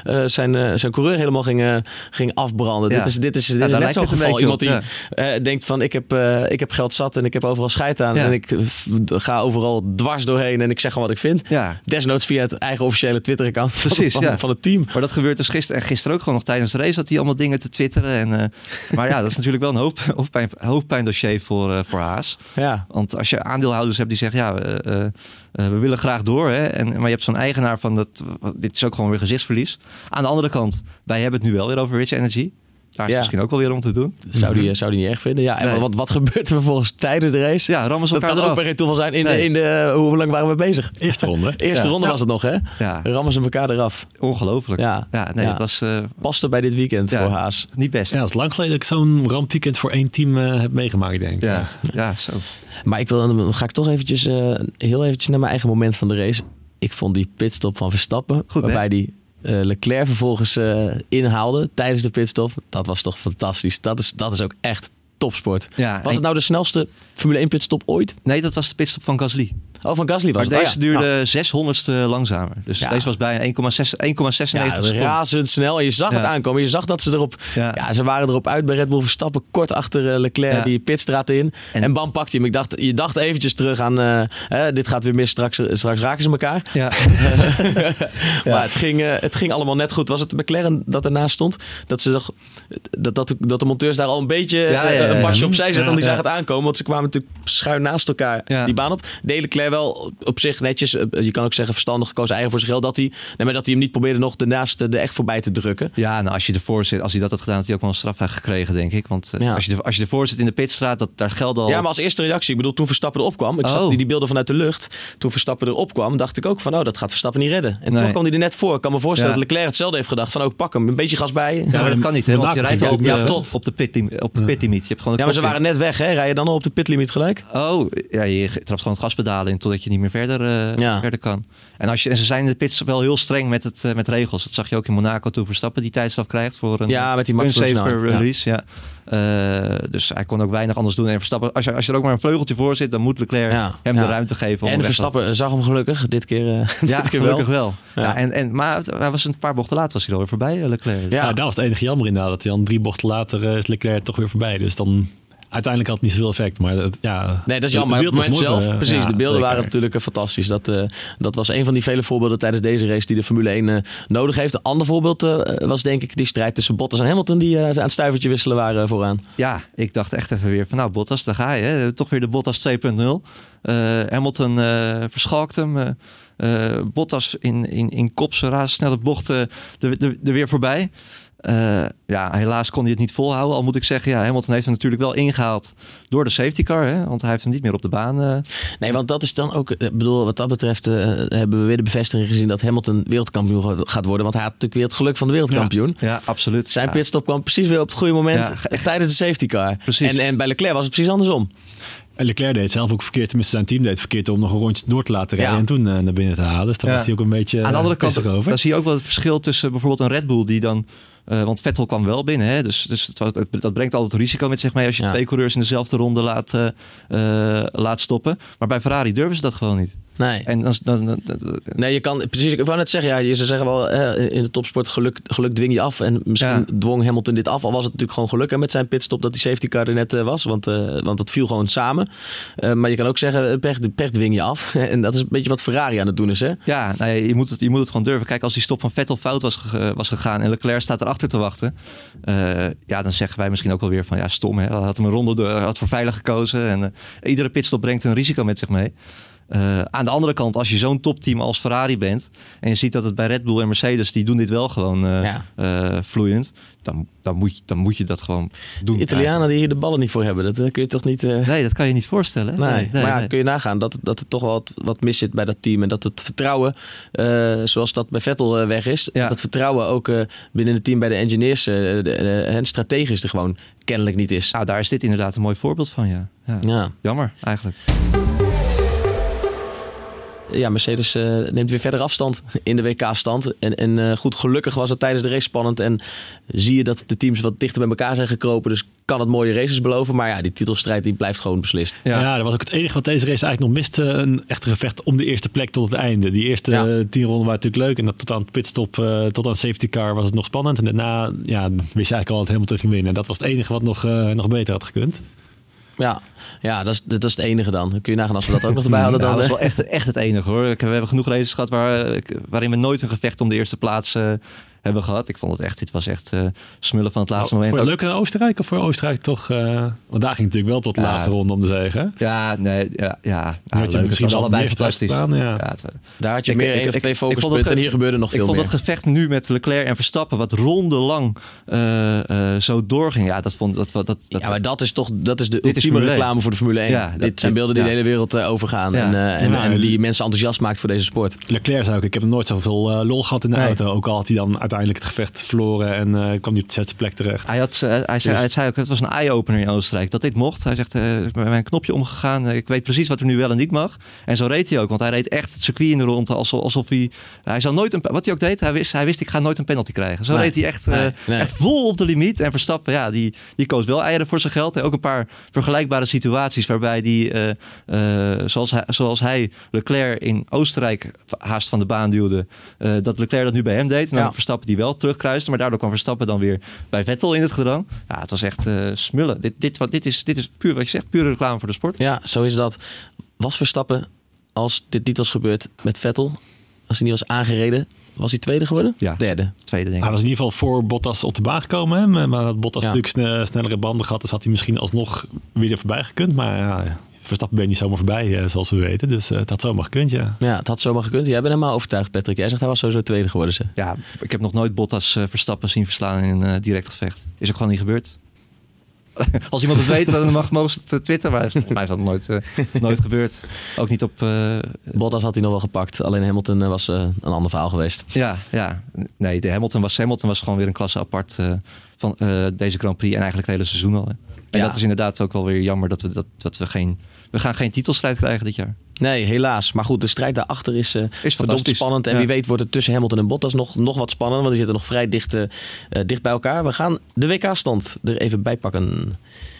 zijn coureur helemaal ging afbranden. Ja. Dit is net zo'n geval. Iemand die denkt van, ik heb geld zat en ik heb overal scheid aan. Ja. En ik ga overal dwars doorheen en ik zeg gewoon wat ik vind. Ja. Desnoods via het eigen officiële Twitter-account van het team. Maar dat gebeurt dus gisteren ook gewoon nog tijdens de race, dat hij allemaal dingen te twitteren. Maar ja, dat is natuurlijk wel een hoofdpijndossier voor Haas. Ja. Want als je aandeelhouders hebt die zeggen, we willen graag door. Hè? Maar je hebt zo'n eigenaar van, dit is ook gewoon weer gezichtsverlies. Aan de andere kant, wij hebben het nu wel weer over Rich Energy. Daar is misschien ook wel weer om te doen. Zou die niet erg vinden. Ja, en wat gebeurt er vervolgens tijdens de race? Ja, rammen ze elkaar dat kan ook weer geen toeval zijn. Hoe lang waren we bezig? Eerste ronde. Eerste ronde was het nog, hè? Ja. Rammen ze elkaar eraf. Ongelooflijk. Het was... Paste bij dit weekend voor Haas. Niet best. Ja, het is lang geleden dat ik zo'n rampweekend voor één team heb meegemaakt, denk ik. Ja, zo. Maar dan ga ik toch eventjes naar mijn eigen moment van de race. Ik vond die pitstop van Verstappen, waarbij die Leclerc vervolgens inhaalde tijdens de pitstop. Dat was toch fantastisch. Dat is ook echt topsport. Ja, was het nou de snelste Formule 1 pitstop ooit? Nee, dat was de pitstop van Gasly. Oh, van Gasly was het. Maar deze duurde 600ste langzamer. Dus deze was bijna 1,96 seconden. Razendsnel. En je zag het aankomen. Je zag dat ze erop... Ja, ze waren erop uit bij Red Bull Verstappen. Kort achter Leclerc die pitstraat in. En bam, pakte hij hem. Je dacht eventjes terug aan... dit gaat weer mis. Straks raken ze elkaar. Ja. Maar het ging allemaal net goed. Was het de McLaren dat ernaast stond? Dat de monteurs daar al een beetje een pasje opzij zetten. Want die zagen het aankomen. Want ze kwamen natuurlijk schuin naast elkaar die baan op. De Leclerc wel op zich netjes, je kan ook zeggen verstandig gekozen, eigen voor zich dat hij hem niet probeerde nog daarnaast er echt voorbij te drukken. Ja, nou als je ervoor zit, als hij dat had gedaan, had hij ook wel een straf gekregen, denk ik. Want als je ervoor zit in de pitstraat, daar geldt al... Ja, maar als eerste reactie, ik bedoel, toen Verstappen erop kwam, ik zag die beelden vanuit de lucht, toen Verstappen erop kwam, dacht ik ook van, dat gaat Verstappen niet redden. En toch kwam hij er net voor. Ik kan me voorstellen dat Leclerc hetzelfde heeft gedacht van, pak hem, een beetje gas bij. Ja, maar dat kan niet, hè, want je rijdt al op de pitlimiet. Je hebt maar ze waren net weg, hè? Rij je dan al op de pitlimiet gelijk? Oh, ja, je trapt gewoon het gaspedalen in totdat je niet meer verder kan. En ze zijn in de pits wel heel streng met regels. Dat zag je ook in Monaco toen Verstappen die tijdstraf krijgt voor een met die unsafe release. Ja. Dus hij kon ook weinig anders doen. En Verstappen, als je er ook maar een vleugeltje voor zit, dan moet Leclerc hem de ruimte geven. En Verstappen zag hem gelukkig dit keer gelukkig wel. Ja. Maar hij was een paar bochten later was hij alweer voorbij, Leclerc. Ja, dat was het enige jammer inderdaad. Dat hij dan 3 bochten later is Leclerc toch weer voorbij. Dus dan... Uiteindelijk had het niet zoveel effect, maar nee, dat is jammer. Maar op het moment zelf, precies, de beelden waren natuurlijk fantastisch. Dat was een van die vele voorbeelden tijdens deze race die de Formule 1 nodig heeft. Een ander voorbeeld was denk ik die strijd tussen Bottas en Hamilton die aan het stuivertje wisselen waren vooraan. Ja, ik dacht echt even weer van Bottas, daar ga je. Hè. Toch weer de Bottas 2.0. Hamilton verschalkt hem. Bottas in kop, zo razendsnelle bochten er weer voorbij. Helaas kon hij het niet volhouden. Al moet ik zeggen, Hamilton heeft hem natuurlijk wel ingehaald door de safety car. Hè? Want hij heeft hem niet meer op de baan. Nee, want dat is dan ook... wat dat betreft hebben we weer de bevestiging gezien dat Hamilton wereldkampioen gaat worden. Want hij had natuurlijk weer het geluk van de wereldkampioen. Ja, absoluut. Zijn pitstop kwam precies weer op het goede moment tijdens de safety car. Precies. En bij Leclerc was het precies andersom. En Leclerc deed zelf ook verkeerd, tenminste zijn team deed verkeerd om nog een rondje door te laten rijden en toen naar binnen te halen. Dus daar was hij ook een beetje aan de andere kant over. Dan zie je ook wel het verschil tussen bijvoorbeeld een Red Bull die dan... want Vettel kwam wel binnen, hè? Dus dat brengt altijd risico met zich mee als je 2 coureurs in dezelfde ronde laat stoppen. Maar bij Ferrari durven ze dat gewoon niet. Nee. En nee, je kan precies. Ik wou net zeggen, ze zeggen wel in de topsport geluk dwing je af. En misschien dwong Hamilton dit af. Al was het natuurlijk gewoon geluk met zijn pitstop dat die safety car er net was. Want dat viel gewoon samen. Maar je kan ook zeggen, pech dwing je af. En dat is een beetje wat Ferrari aan het doen is, hè? Ja, je moet het gewoon durven. Kijk, als die stop van Vettel fout was gegaan en Leclerc staat erachter te wachten. Dan zeggen wij misschien ook wel weer van stom, hè. Had hem een ronde had voor veilig gekozen. En iedere pitstop brengt een risico met zich mee. Aan de andere kant, als je zo'n topteam als Ferrari bent en je ziet dat het bij Red Bull en Mercedes, die doen dit wel gewoon vloeiend, dan moet je dat gewoon doen. De Italianen die hier de ballen niet voor hebben, dat kun je toch niet... Nee, dat kan je niet voorstellen. Nee, kun je nagaan dat er toch wel wat mis zit bij dat team en dat het vertrouwen, zoals dat bij Vettel weg is, dat vertrouwen ook binnen het team bij de engineers strategisch er gewoon kennelijk niet is. Nou, daar is dit inderdaad een mooi voorbeeld van, ja. Jammer, eigenlijk. Ja, Mercedes neemt weer verder afstand in de WK-stand. En goed, gelukkig was het tijdens de race spannend. En zie je dat de teams wat dichter bij elkaar zijn gekropen. Dus kan het mooie races beloven. Maar ja, die titelstrijd die blijft gewoon beslist. Ja, dat was ook het enige wat deze race eigenlijk nog miste. Een echte gevecht om de eerste plek tot het einde. Die eerste 10 ronden waren natuurlijk leuk. En dat tot aan het pitstop, tot aan safety car was het nog spannend. En daarna wist je eigenlijk al dat Hamilton ging winnen. En dat was het enige wat nog beter had gekund. Ja, dat is het enige dan. Kun je nagaan als we dat ook nog erbij hadden. Dan, dat is wel echt het enige hoor. We hebben genoeg races gehad waarin we nooit een gevecht om de eerste plaats hebben gehad. Ik vond het echt, dit was echt smullen van het laatste moment. Voor het leuke naar Oostenrijk of voor Oostenrijk toch? Want daar ging natuurlijk wel tot de laatste ronde om de zege. Ja, nee, ja. Leuk. Het was allebei fantastisch. Daar had je meer 1 of 2 focuspunten en hier gebeurde nog veel meer. Ik vond dat gevecht nu met Leclerc en Verstappen wat rondenlang zo doorging. Ja, maar dat is de ultieme reclame voor de Formule 1. Ja, dit zijn beelden die de hele wereld overgaan. En die mensen enthousiast maakt voor deze sport. Leclerc zei ook, ik heb nog nooit zoveel lol gehad in de auto. Ook al had hij dan uiteindelijk het gevecht verloren en kwam hij op de 6e plek terecht. Hij zei ook, het was een eye-opener in Oostenrijk, dat dit mocht. Hij zegt, met mijn knopje omgegaan, ik weet precies wat er nu wel en niet mag. En zo reed hij ook, want hij reed echt het circuit in de ronde alsof hij zou nooit wat hij ook deed, hij wist ik ga nooit een penalty krijgen. Zo reed hij echt vol op de limiet. En Verstappen, die koos wel eieren voor zijn geld. En ook een paar vergelijkbare situaties waarbij die, zoals hij Leclerc in Oostenrijk haast van de baan duwde, dat Leclerc dat nu bij hem deed. En dan Verstappen die wel terugkruiste, maar daardoor kwam Verstappen dan weer bij Vettel in het gedrang. Ja, het was echt smullen. Dit is puur wat je zegt, pure reclame voor de sport. Ja, zo is dat. Was Verstappen, als dit niet was gebeurd met Vettel, als hij niet was aangereden, was hij tweede geworden? Ja, derde. Tweede denk ik. Hij was in ieder geval voor Bottas op de baan gekomen. Hè? Maar dat Bottas natuurlijk snellere banden gehad, dus had hij misschien alsnog weer er voorbij gekund. Maar Verstappen ben je niet zomaar voorbij, zoals we weten. Dus het had zomaar gekund, ja. Ja, het had zomaar gekund. Jij bent helemaal overtuigd, Patrick. Jij zegt hij was sowieso tweede geworden. Zeg. Ja, ik heb nog nooit Bottas Verstappen zien verslaan in een direct gevecht. Is ook gewoon niet gebeurd. Als iemand het weet, dan mogen ze het twitteren. Maar volgens mij is dat nooit gebeurd. Ook niet op... Bottas had hij nog wel gepakt. Alleen Hamilton was een ander verhaal geweest. Ja. Nee, Hamilton was gewoon weer een klasse apart van deze Grand Prix. En eigenlijk het hele seizoen al. Hè. En dat is inderdaad ook wel weer jammer dat we geen... We gaan geen titelstrijd krijgen dit jaar. Nee, helaas. Maar goed, de strijd daarachter is verdomd spannend. En wie weet wordt het tussen Hamilton en Bottas nog wat spannend. Want die zitten nog vrij dicht bij elkaar. We gaan de WK-stand er even bij pakken.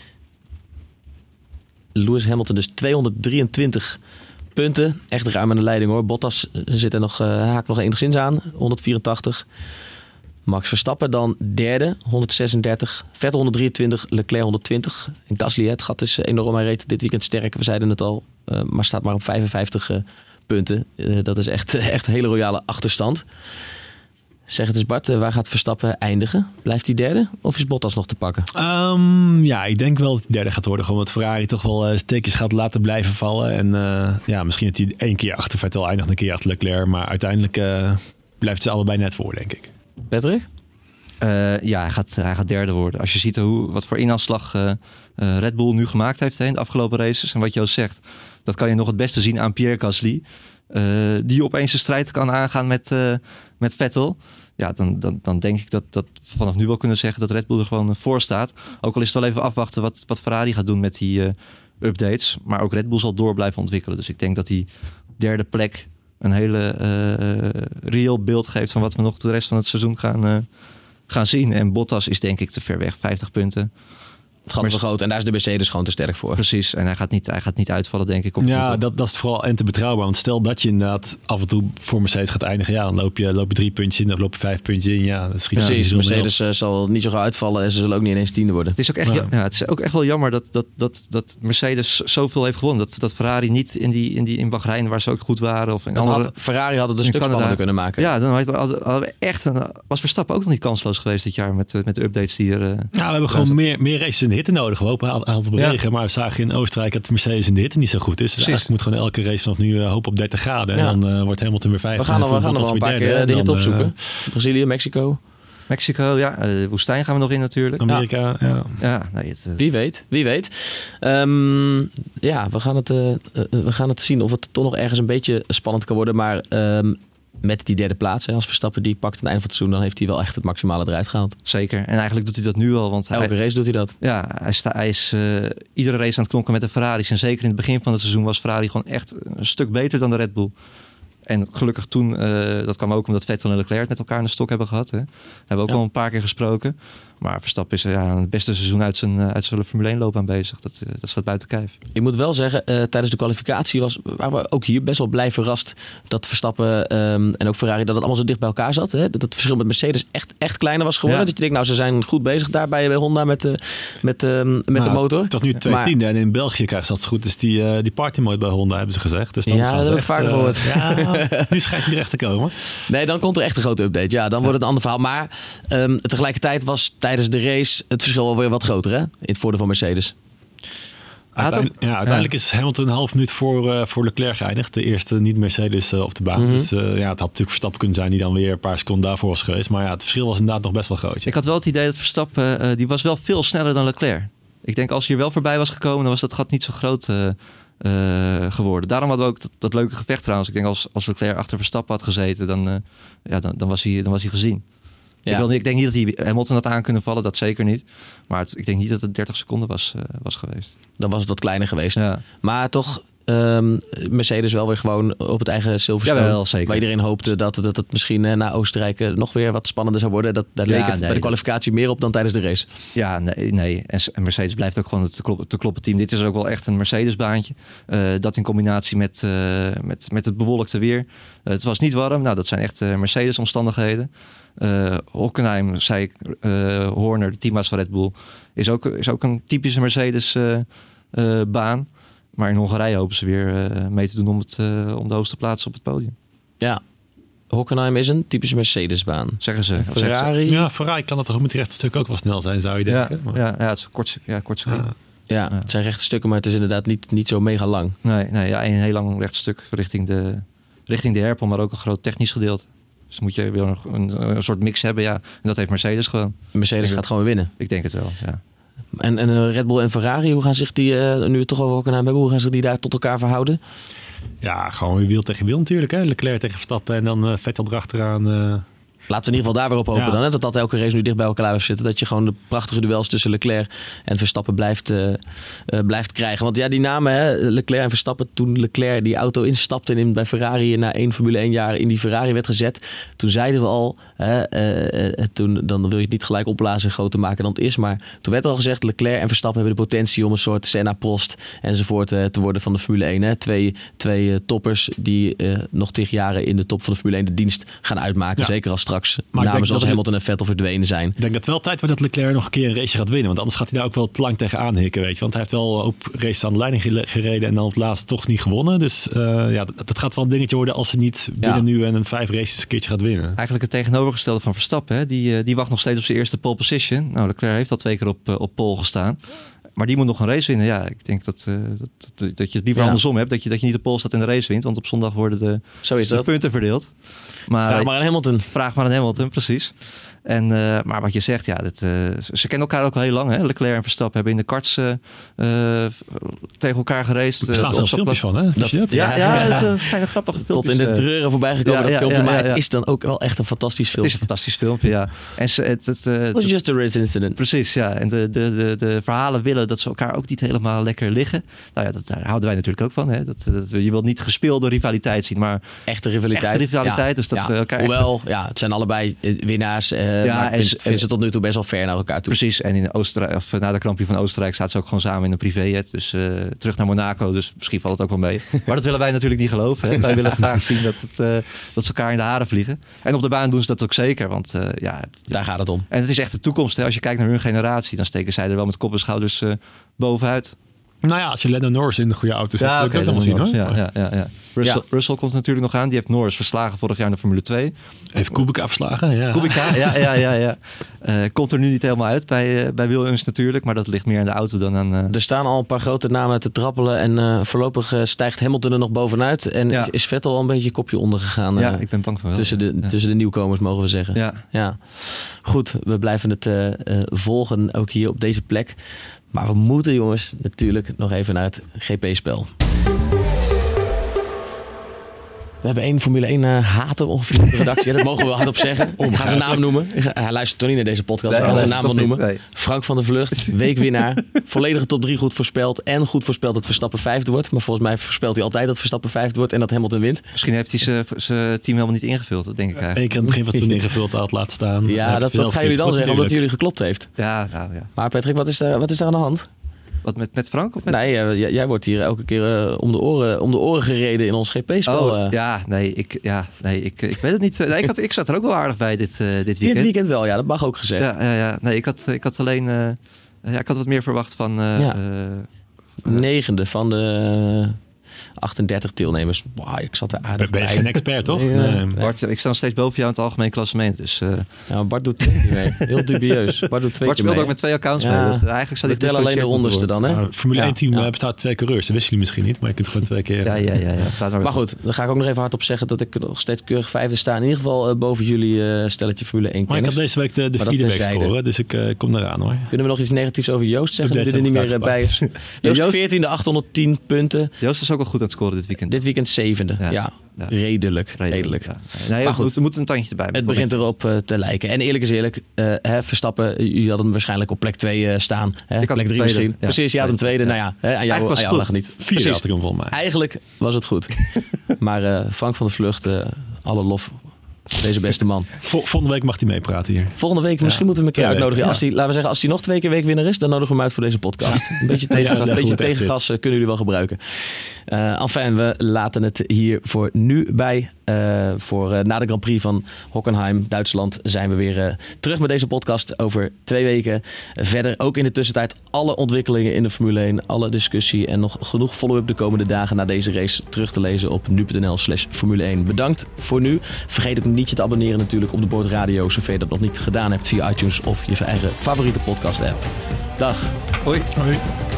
Lewis Hamilton dus 223 punten. Echt ruim aan de leiding hoor. Bottas zit er haakt nog enigszins aan. 184. Max Verstappen dan derde, 136. Vettel 123, Leclerc 120. En Gasly, het gat is enorm. Hij reed dit weekend sterk, we zeiden het al. Maar staat maar op 55 punten. Dat is echt een hele royale achterstand. Zeg het eens Bart, waar gaat Verstappen eindigen? Blijft hij derde of is Bottas nog te pakken? Ik denk wel dat hij derde gaat worden. Gewoon omdat Ferrari toch wel steekjes gaat laten blijven vallen. En misschien dat hij 1 keer achter Vettel eindigt, een keer achter Leclerc. Maar uiteindelijk blijft ze allebei net voor, denk ik. Patrick? Hij gaat derde worden. Als je ziet wat voor inhaalslag Red Bull nu gemaakt heeft in de afgelopen races. En wat Joost zegt, dat kan je nog het beste zien aan Pierre Gasly. Die opeens een strijd kan aangaan met Vettel. Ja, dan denk ik dat vanaf nu wel kunnen zeggen dat Red Bull er gewoon voor staat. Ook al is het wel even afwachten wat Ferrari gaat doen met die updates. Maar ook Red Bull zal door blijven ontwikkelen. Dus ik denk dat die derde plek een hele reëel beeld geeft van wat we nog de rest van het seizoen gaan zien. En Bottas is denk ik te ver weg, 50 punten. Het gaat vergroot en daar is de Mercedes gewoon te sterk voor. Precies, en hij gaat niet uitvallen denk ik. Dat is het vooral en te betrouwbaar. Want stel dat je inderdaad af en toe voor Mercedes gaat eindigen. Ja, dan loop je 3 puntjes in, dan loop je 5 puntjes in. Ja, dat schiet precies, Mercedes zal niet zo gauw uitvallen en ze zullen ook niet ineens tiende worden. Het is ook echt, het is ook echt wel jammer dat Mercedes zoveel heeft gewonnen. Dat Ferrari niet in Bahrein, waar ze ook goed waren. Of in Ferrari had het een stuk spannender kunnen maken. Ja, dan hadden we was Verstappen ook nog niet kansloos geweest dit jaar met de updates die er... we hebben gewoon meer races in de hitte nodig. We hopen altijd op regen. Maar we zagen in Oostenrijk dat de Mercedes in de hitte niet zo goed is. Dus eigenlijk moet gewoon elke race vanaf nu hopen op 30 graden. En dan wordt Hamilton weer 5. We gaan nog wel een paar keer de hitte opzoeken. Brazilië, Mexico. Mexico, de woestijn gaan we nog in natuurlijk. Amerika, Nee, Wie weet. We gaan het zien of het toch nog ergens een beetje spannend kan worden. Maar met die derde plaats, als Verstappen die pakt aan het einde van het seizoen, dan heeft hij wel echt het maximale eruit gehaald. Zeker. En eigenlijk doet hij dat nu al. Want elke race doet hij dat. Ja, hij is iedere race aan het knokken met de Ferraris. En zeker in het begin van het seizoen was Ferrari gewoon echt een stuk beter dan de Red Bull. En gelukkig toen, dat kwam ook omdat Vettel en Leclerc het met elkaar in de stok hebben gehad. Hè. Hebben we ook al een paar keer gesproken. Maar Verstappen is het beste seizoen uit zijn Formule 1 loopbaan bezig. Dat staat buiten kijf. Ik moet wel zeggen, tijdens de kwalificatie waren we ook hier best wel blij verrast dat Verstappen en ook Ferrari, dat het allemaal zo dicht bij elkaar zat. Hè? Dat het verschil met Mercedes echt kleiner was geworden. Dat je denkt, ze zijn goed bezig daar bij Honda met de motor. Het was nu 2 tiende en in België krijgen ze dat goed. Dus die party mode bij Honda hebben ze gezegd. Dus dan dat heb ik vaker gehoord. Nu schijnt hij er echt te komen. Nee, dan komt er echt een grote update. Ja, dan wordt het een ander verhaal. Maar tegelijkertijd was tijdens de race het verschil alweer wat groter, hè? In het voordeel van Mercedes. Uiteindelijk is Hamilton een half minuut voor Leclerc geëindigd. De eerste niet-Mercedes op de baan. Mm-hmm. Dus het had natuurlijk Verstappen kunnen zijn die dan weer een paar seconden daarvoor was geweest. Maar het verschil was inderdaad nog best wel groot. Ja. Ik had wel het idee dat Verstappen, die was wel veel sneller dan Leclerc. Ik denk als hij er wel voorbij was gekomen, dan was dat gat niet zo groot geworden. Daarom hadden we ook dat leuke gevecht trouwens. Ik denk als Leclerc achter Verstappen had gezeten, dan was hij gezien. Ja. Ik denk niet dat hij Hamilton had aan kunnen vallen, dat zeker niet. Maar ik denk niet dat het 30 seconden was geweest. Dan was het wat kleiner geweest. Ja. Maar toch Mercedes wel weer gewoon op het eigen Silverstone. Ja, waar iedereen hoopte dat het misschien na Oostenrijk nog weer wat spannender zou worden. Daar leek het bij de kwalificatie meer op dan tijdens de race. Ja, nee. En Mercedes blijft ook gewoon het te kloppen team. Dit is ook wel echt een Mercedes-baantje. Dat in combinatie met het bewolkte weer. Het was niet warm. Nou, dat zijn echt Mercedes-omstandigheden. Hockenheim, zei ik, Horner, de teambaas van Red Bull, is ook een typische Mercedes-baan. Maar in Hongarije hopen ze weer mee te doen om de hoogste plaats op het podium. Ja, Hockenheim is een typische Mercedes-baan. Zeggen ze. Ferrari? Ja, Ferrari kan dat toch met die rechte stukken ook wel snel zijn, zou je denken. Ja, het is een kort circuit. Ja, het zijn rechte stukken, maar het is inderdaad niet zo mega lang. Nee, een heel lang recht stuk richting de Herpel, maar ook een groot technisch gedeelte. Dus moet je weer een soort mix hebben, En dat heeft Mercedes gewoon. Mercedes gaat gewoon winnen. Ik denk het wel, ja. En Red Bull en Ferrari, hoe gaan zich die, nu we het toch over Hockenheim hebben, hoe gaan zich die daar tot elkaar verhouden? Ja, gewoon wiel tegen wiel natuurlijk. Hè? Leclerc tegen Verstappen en dan Vettel erachteraan. Laten we in ieder geval daar weer op hopen dan. Hè? Dat elke race nu dicht bij elkaar blijft zitten. Dat je gewoon de prachtige duels tussen Leclerc en Verstappen blijft krijgen. Want die namen, hè, Leclerc en Verstappen. Toen Leclerc die auto instapte en bij Ferrari na 1 Formule 1 jaar in die Ferrari werd gezet. Toen zeiden we al, dan wil je het niet gelijk opblazen en groter maken dan het is. Maar toen werd al gezegd, Leclerc en Verstappen hebben de potentie om een soort Senna, Prost enzovoort te worden van de Formule 1. Hè? Twee toppers die nog 10 jaren in de top van de Formule 1 de dienst gaan uitmaken. Ja. Zeker als straks namen zoals Hamilton en Vettel verdwenen zijn. Ik denk dat het wel tijd wordt dat Leclerc nog een keer een race gaat winnen. Want anders gaat hij daar ook wel te lang tegenaan hikken, weet je. Want hij heeft wel op races aan de leiding gereden en dan op het laatst toch niet gewonnen. Dus dat gaat wel een dingetje worden als hij niet binnen nu en 5 races een keertje gaat winnen. Eigenlijk het tegenovergestelde van Verstappen. Hè? Die wacht nog steeds op zijn eerste pole position. Nou, Leclerc heeft al 2 keer op pole gestaan. Maar die moet nog een race winnen. Ja, ik denk dat je het liever andersom hebt. Dat je niet de pole staat en de race wint. Want op zondag worden de punten verdeeld. Vraag maar aan Hamilton. Precies. Maar wat je zegt, ze kennen elkaar ook al heel lang. Hè? Leclerc en Verstappen hebben in de karts tegen elkaar geraced. Er staan zelfs filmpjes van, hè? Dat is een grappige filmpje. Tot in de treuren voorbij gekomen dat filmpje. Maar het is dan ook wel echt een fantastisch filmpje. Het is een fantastisch filmpje, ja. En it was just a race incident. Precies, ja. En de verhalen willen dat ze elkaar ook niet helemaal lekker liggen. Nou ja, daar houden wij natuurlijk ook van. Hè? Je wilt niet gespeelde rivaliteit zien, maar echte rivaliteit. Ja. Dus dat elkaar hoewel, het zijn allebei winnaars. Maar ik vind ze tot nu toe best wel fair naar elkaar toe. Precies. En in Oostenrijk, of na de Grand Prix van Oostenrijk staat ze ook gewoon samen in een privéjet. Dus terug naar Monaco. Dus misschien valt het ook wel mee. Maar dat willen wij natuurlijk niet geloven. Hè? Wij willen graag zien dat ze elkaar in de haren vliegen. En op de baan doen ze dat ook zeker. Want daar gaat het om. En het is echt de toekomst. Hè? Als je kijkt naar hun generatie, dan steken zij er wel met kop en schouders bovenuit. Nou ja, als je Lando Norris in de goede auto zet, wil ik dat dan zien, hoor. Ja. Russell komt natuurlijk nog aan. Die heeft Norris verslagen vorig jaar in de Formule 2. Heeft Kubica verslagen, ja. Kubica, ja. Komt er nu niet helemaal uit bij Williams natuurlijk. Maar dat ligt meer aan de auto dan aan... Er staan al een paar grote namen te trappelen. En voorlopig stijgt Hamilton er nog bovenuit. En is Vettel al een beetje kopje ondergegaan. Ja, ik ben bang van wel. Tussen de nieuwkomers, mogen we zeggen. Ja. Goed, we blijven het volgen, ook hier op deze plek. Maar we moeten, jongens, natuurlijk nog even naar het GP-spel. We hebben 1 Formule 1 hater ongeveer op de redactie. Ja, dat mogen we wel hardop zeggen. Ik ga zijn naam noemen. Hij luistert toch niet naar deze podcast. Ik ga zijn naam wel noemen. Nee. Frank van der Vlucht, weekwinnaar. Volledige top 3 goed voorspeld. En goed voorspeld dat Verstappen 5e wordt. Maar volgens mij voorspelt hij altijd dat Verstappen 5e wordt en dat Hamilton wint. Misschien heeft hij zijn team helemaal niet ingevuld. Dat denk ik eigenlijk. Ik heb het begin van toen ingevuld had laten staan. Ja, dat gaan jullie dan zeggen omdat jullie geklopt heeft. Ja. Maar Patrick, wat is daar aan de hand? Wat met Frank? Of met... Nee, jij wordt hier elke keer om de oren gereden in ons GP-spel. Ik weet het niet. Nee, ik zat er ook wel aardig bij dit weekend. Dit weekend wel, ja, dat mag ook gezegd. Ja. Nee, ik had alleen... ik had wat meer verwacht van... 9e van de 38 deelnemers. Wow, ik zat er aardig bij. Ben je geen expert, toch? Nee. Bart, ik sta nog steeds boven jou in het algemeen klassement. Dus, Bart doet 2 keer mee. Heel dubieus. Bart doet 2 Bart keer mee. ook met 2 accounts mee. Eigenlijk zou ik tel alleen de onderste dan, hè? Formule 1 team bestaat 2 coureurs. Dat wisten jullie misschien niet, maar je kunt gewoon 2 keer... Ja. Maar goed, dan ga ik ook nog even hardop zeggen dat ik nog steeds keurig 5e sta. In ieder geval boven jullie stelletje Formule 1 Maar ik heb deze week de 4e week scoren, dus ik kom eraan, hoor. Kunnen we nog iets negatiefs over Joost zeggen? Dat dit er niet meer bij is. Joost 14e, 810 punten. Joost is ook wel goed aan het scoren dit weekend. Dit weekend 7e, ja. Redelijk. Ja. Nee, maar goed, er moet een tandje erbij. Het begint erop te lijken. En eerlijk is eerlijk, Verstappen, jullie hadden hem waarscheinlijk op plek 2 staan. Plek 3 misschien. Ja. Precies, je had hem tweede. Nou ja, aan jou lag het niet. 4 had ik hem volgens mij. Eigenlijk was het goed. Maar Frank van der Vlucht, alle lof. Deze beste man. Volgende week mag hij meepraten hier. Volgende week, misschien moeten we hem een keer uitnodigen. Laten we zeggen, als hij nog 2 keer weekwinnaar is, dan nodigen we hem uit voor deze podcast. Een beetje tegengas kunnen jullie wel gebruiken. Enfin, we laten het hier voor nu bij. Na de Grand Prix van Hockenheim, Duitsland, zijn we weer terug met deze podcast over 2 weken. Verder ook in de tussentijd alle ontwikkelingen in de Formule 1, alle discussie en nog genoeg follow-up de komende dagen na deze race terug te lezen op nu.nl/Formule 1. Bedankt voor nu. Vergeet ook niet je te abonneren natuurlijk op de Board Radio, zover je dat nog niet gedaan hebt via iTunes of je eigen favoriete podcast app. Dag. Hoi.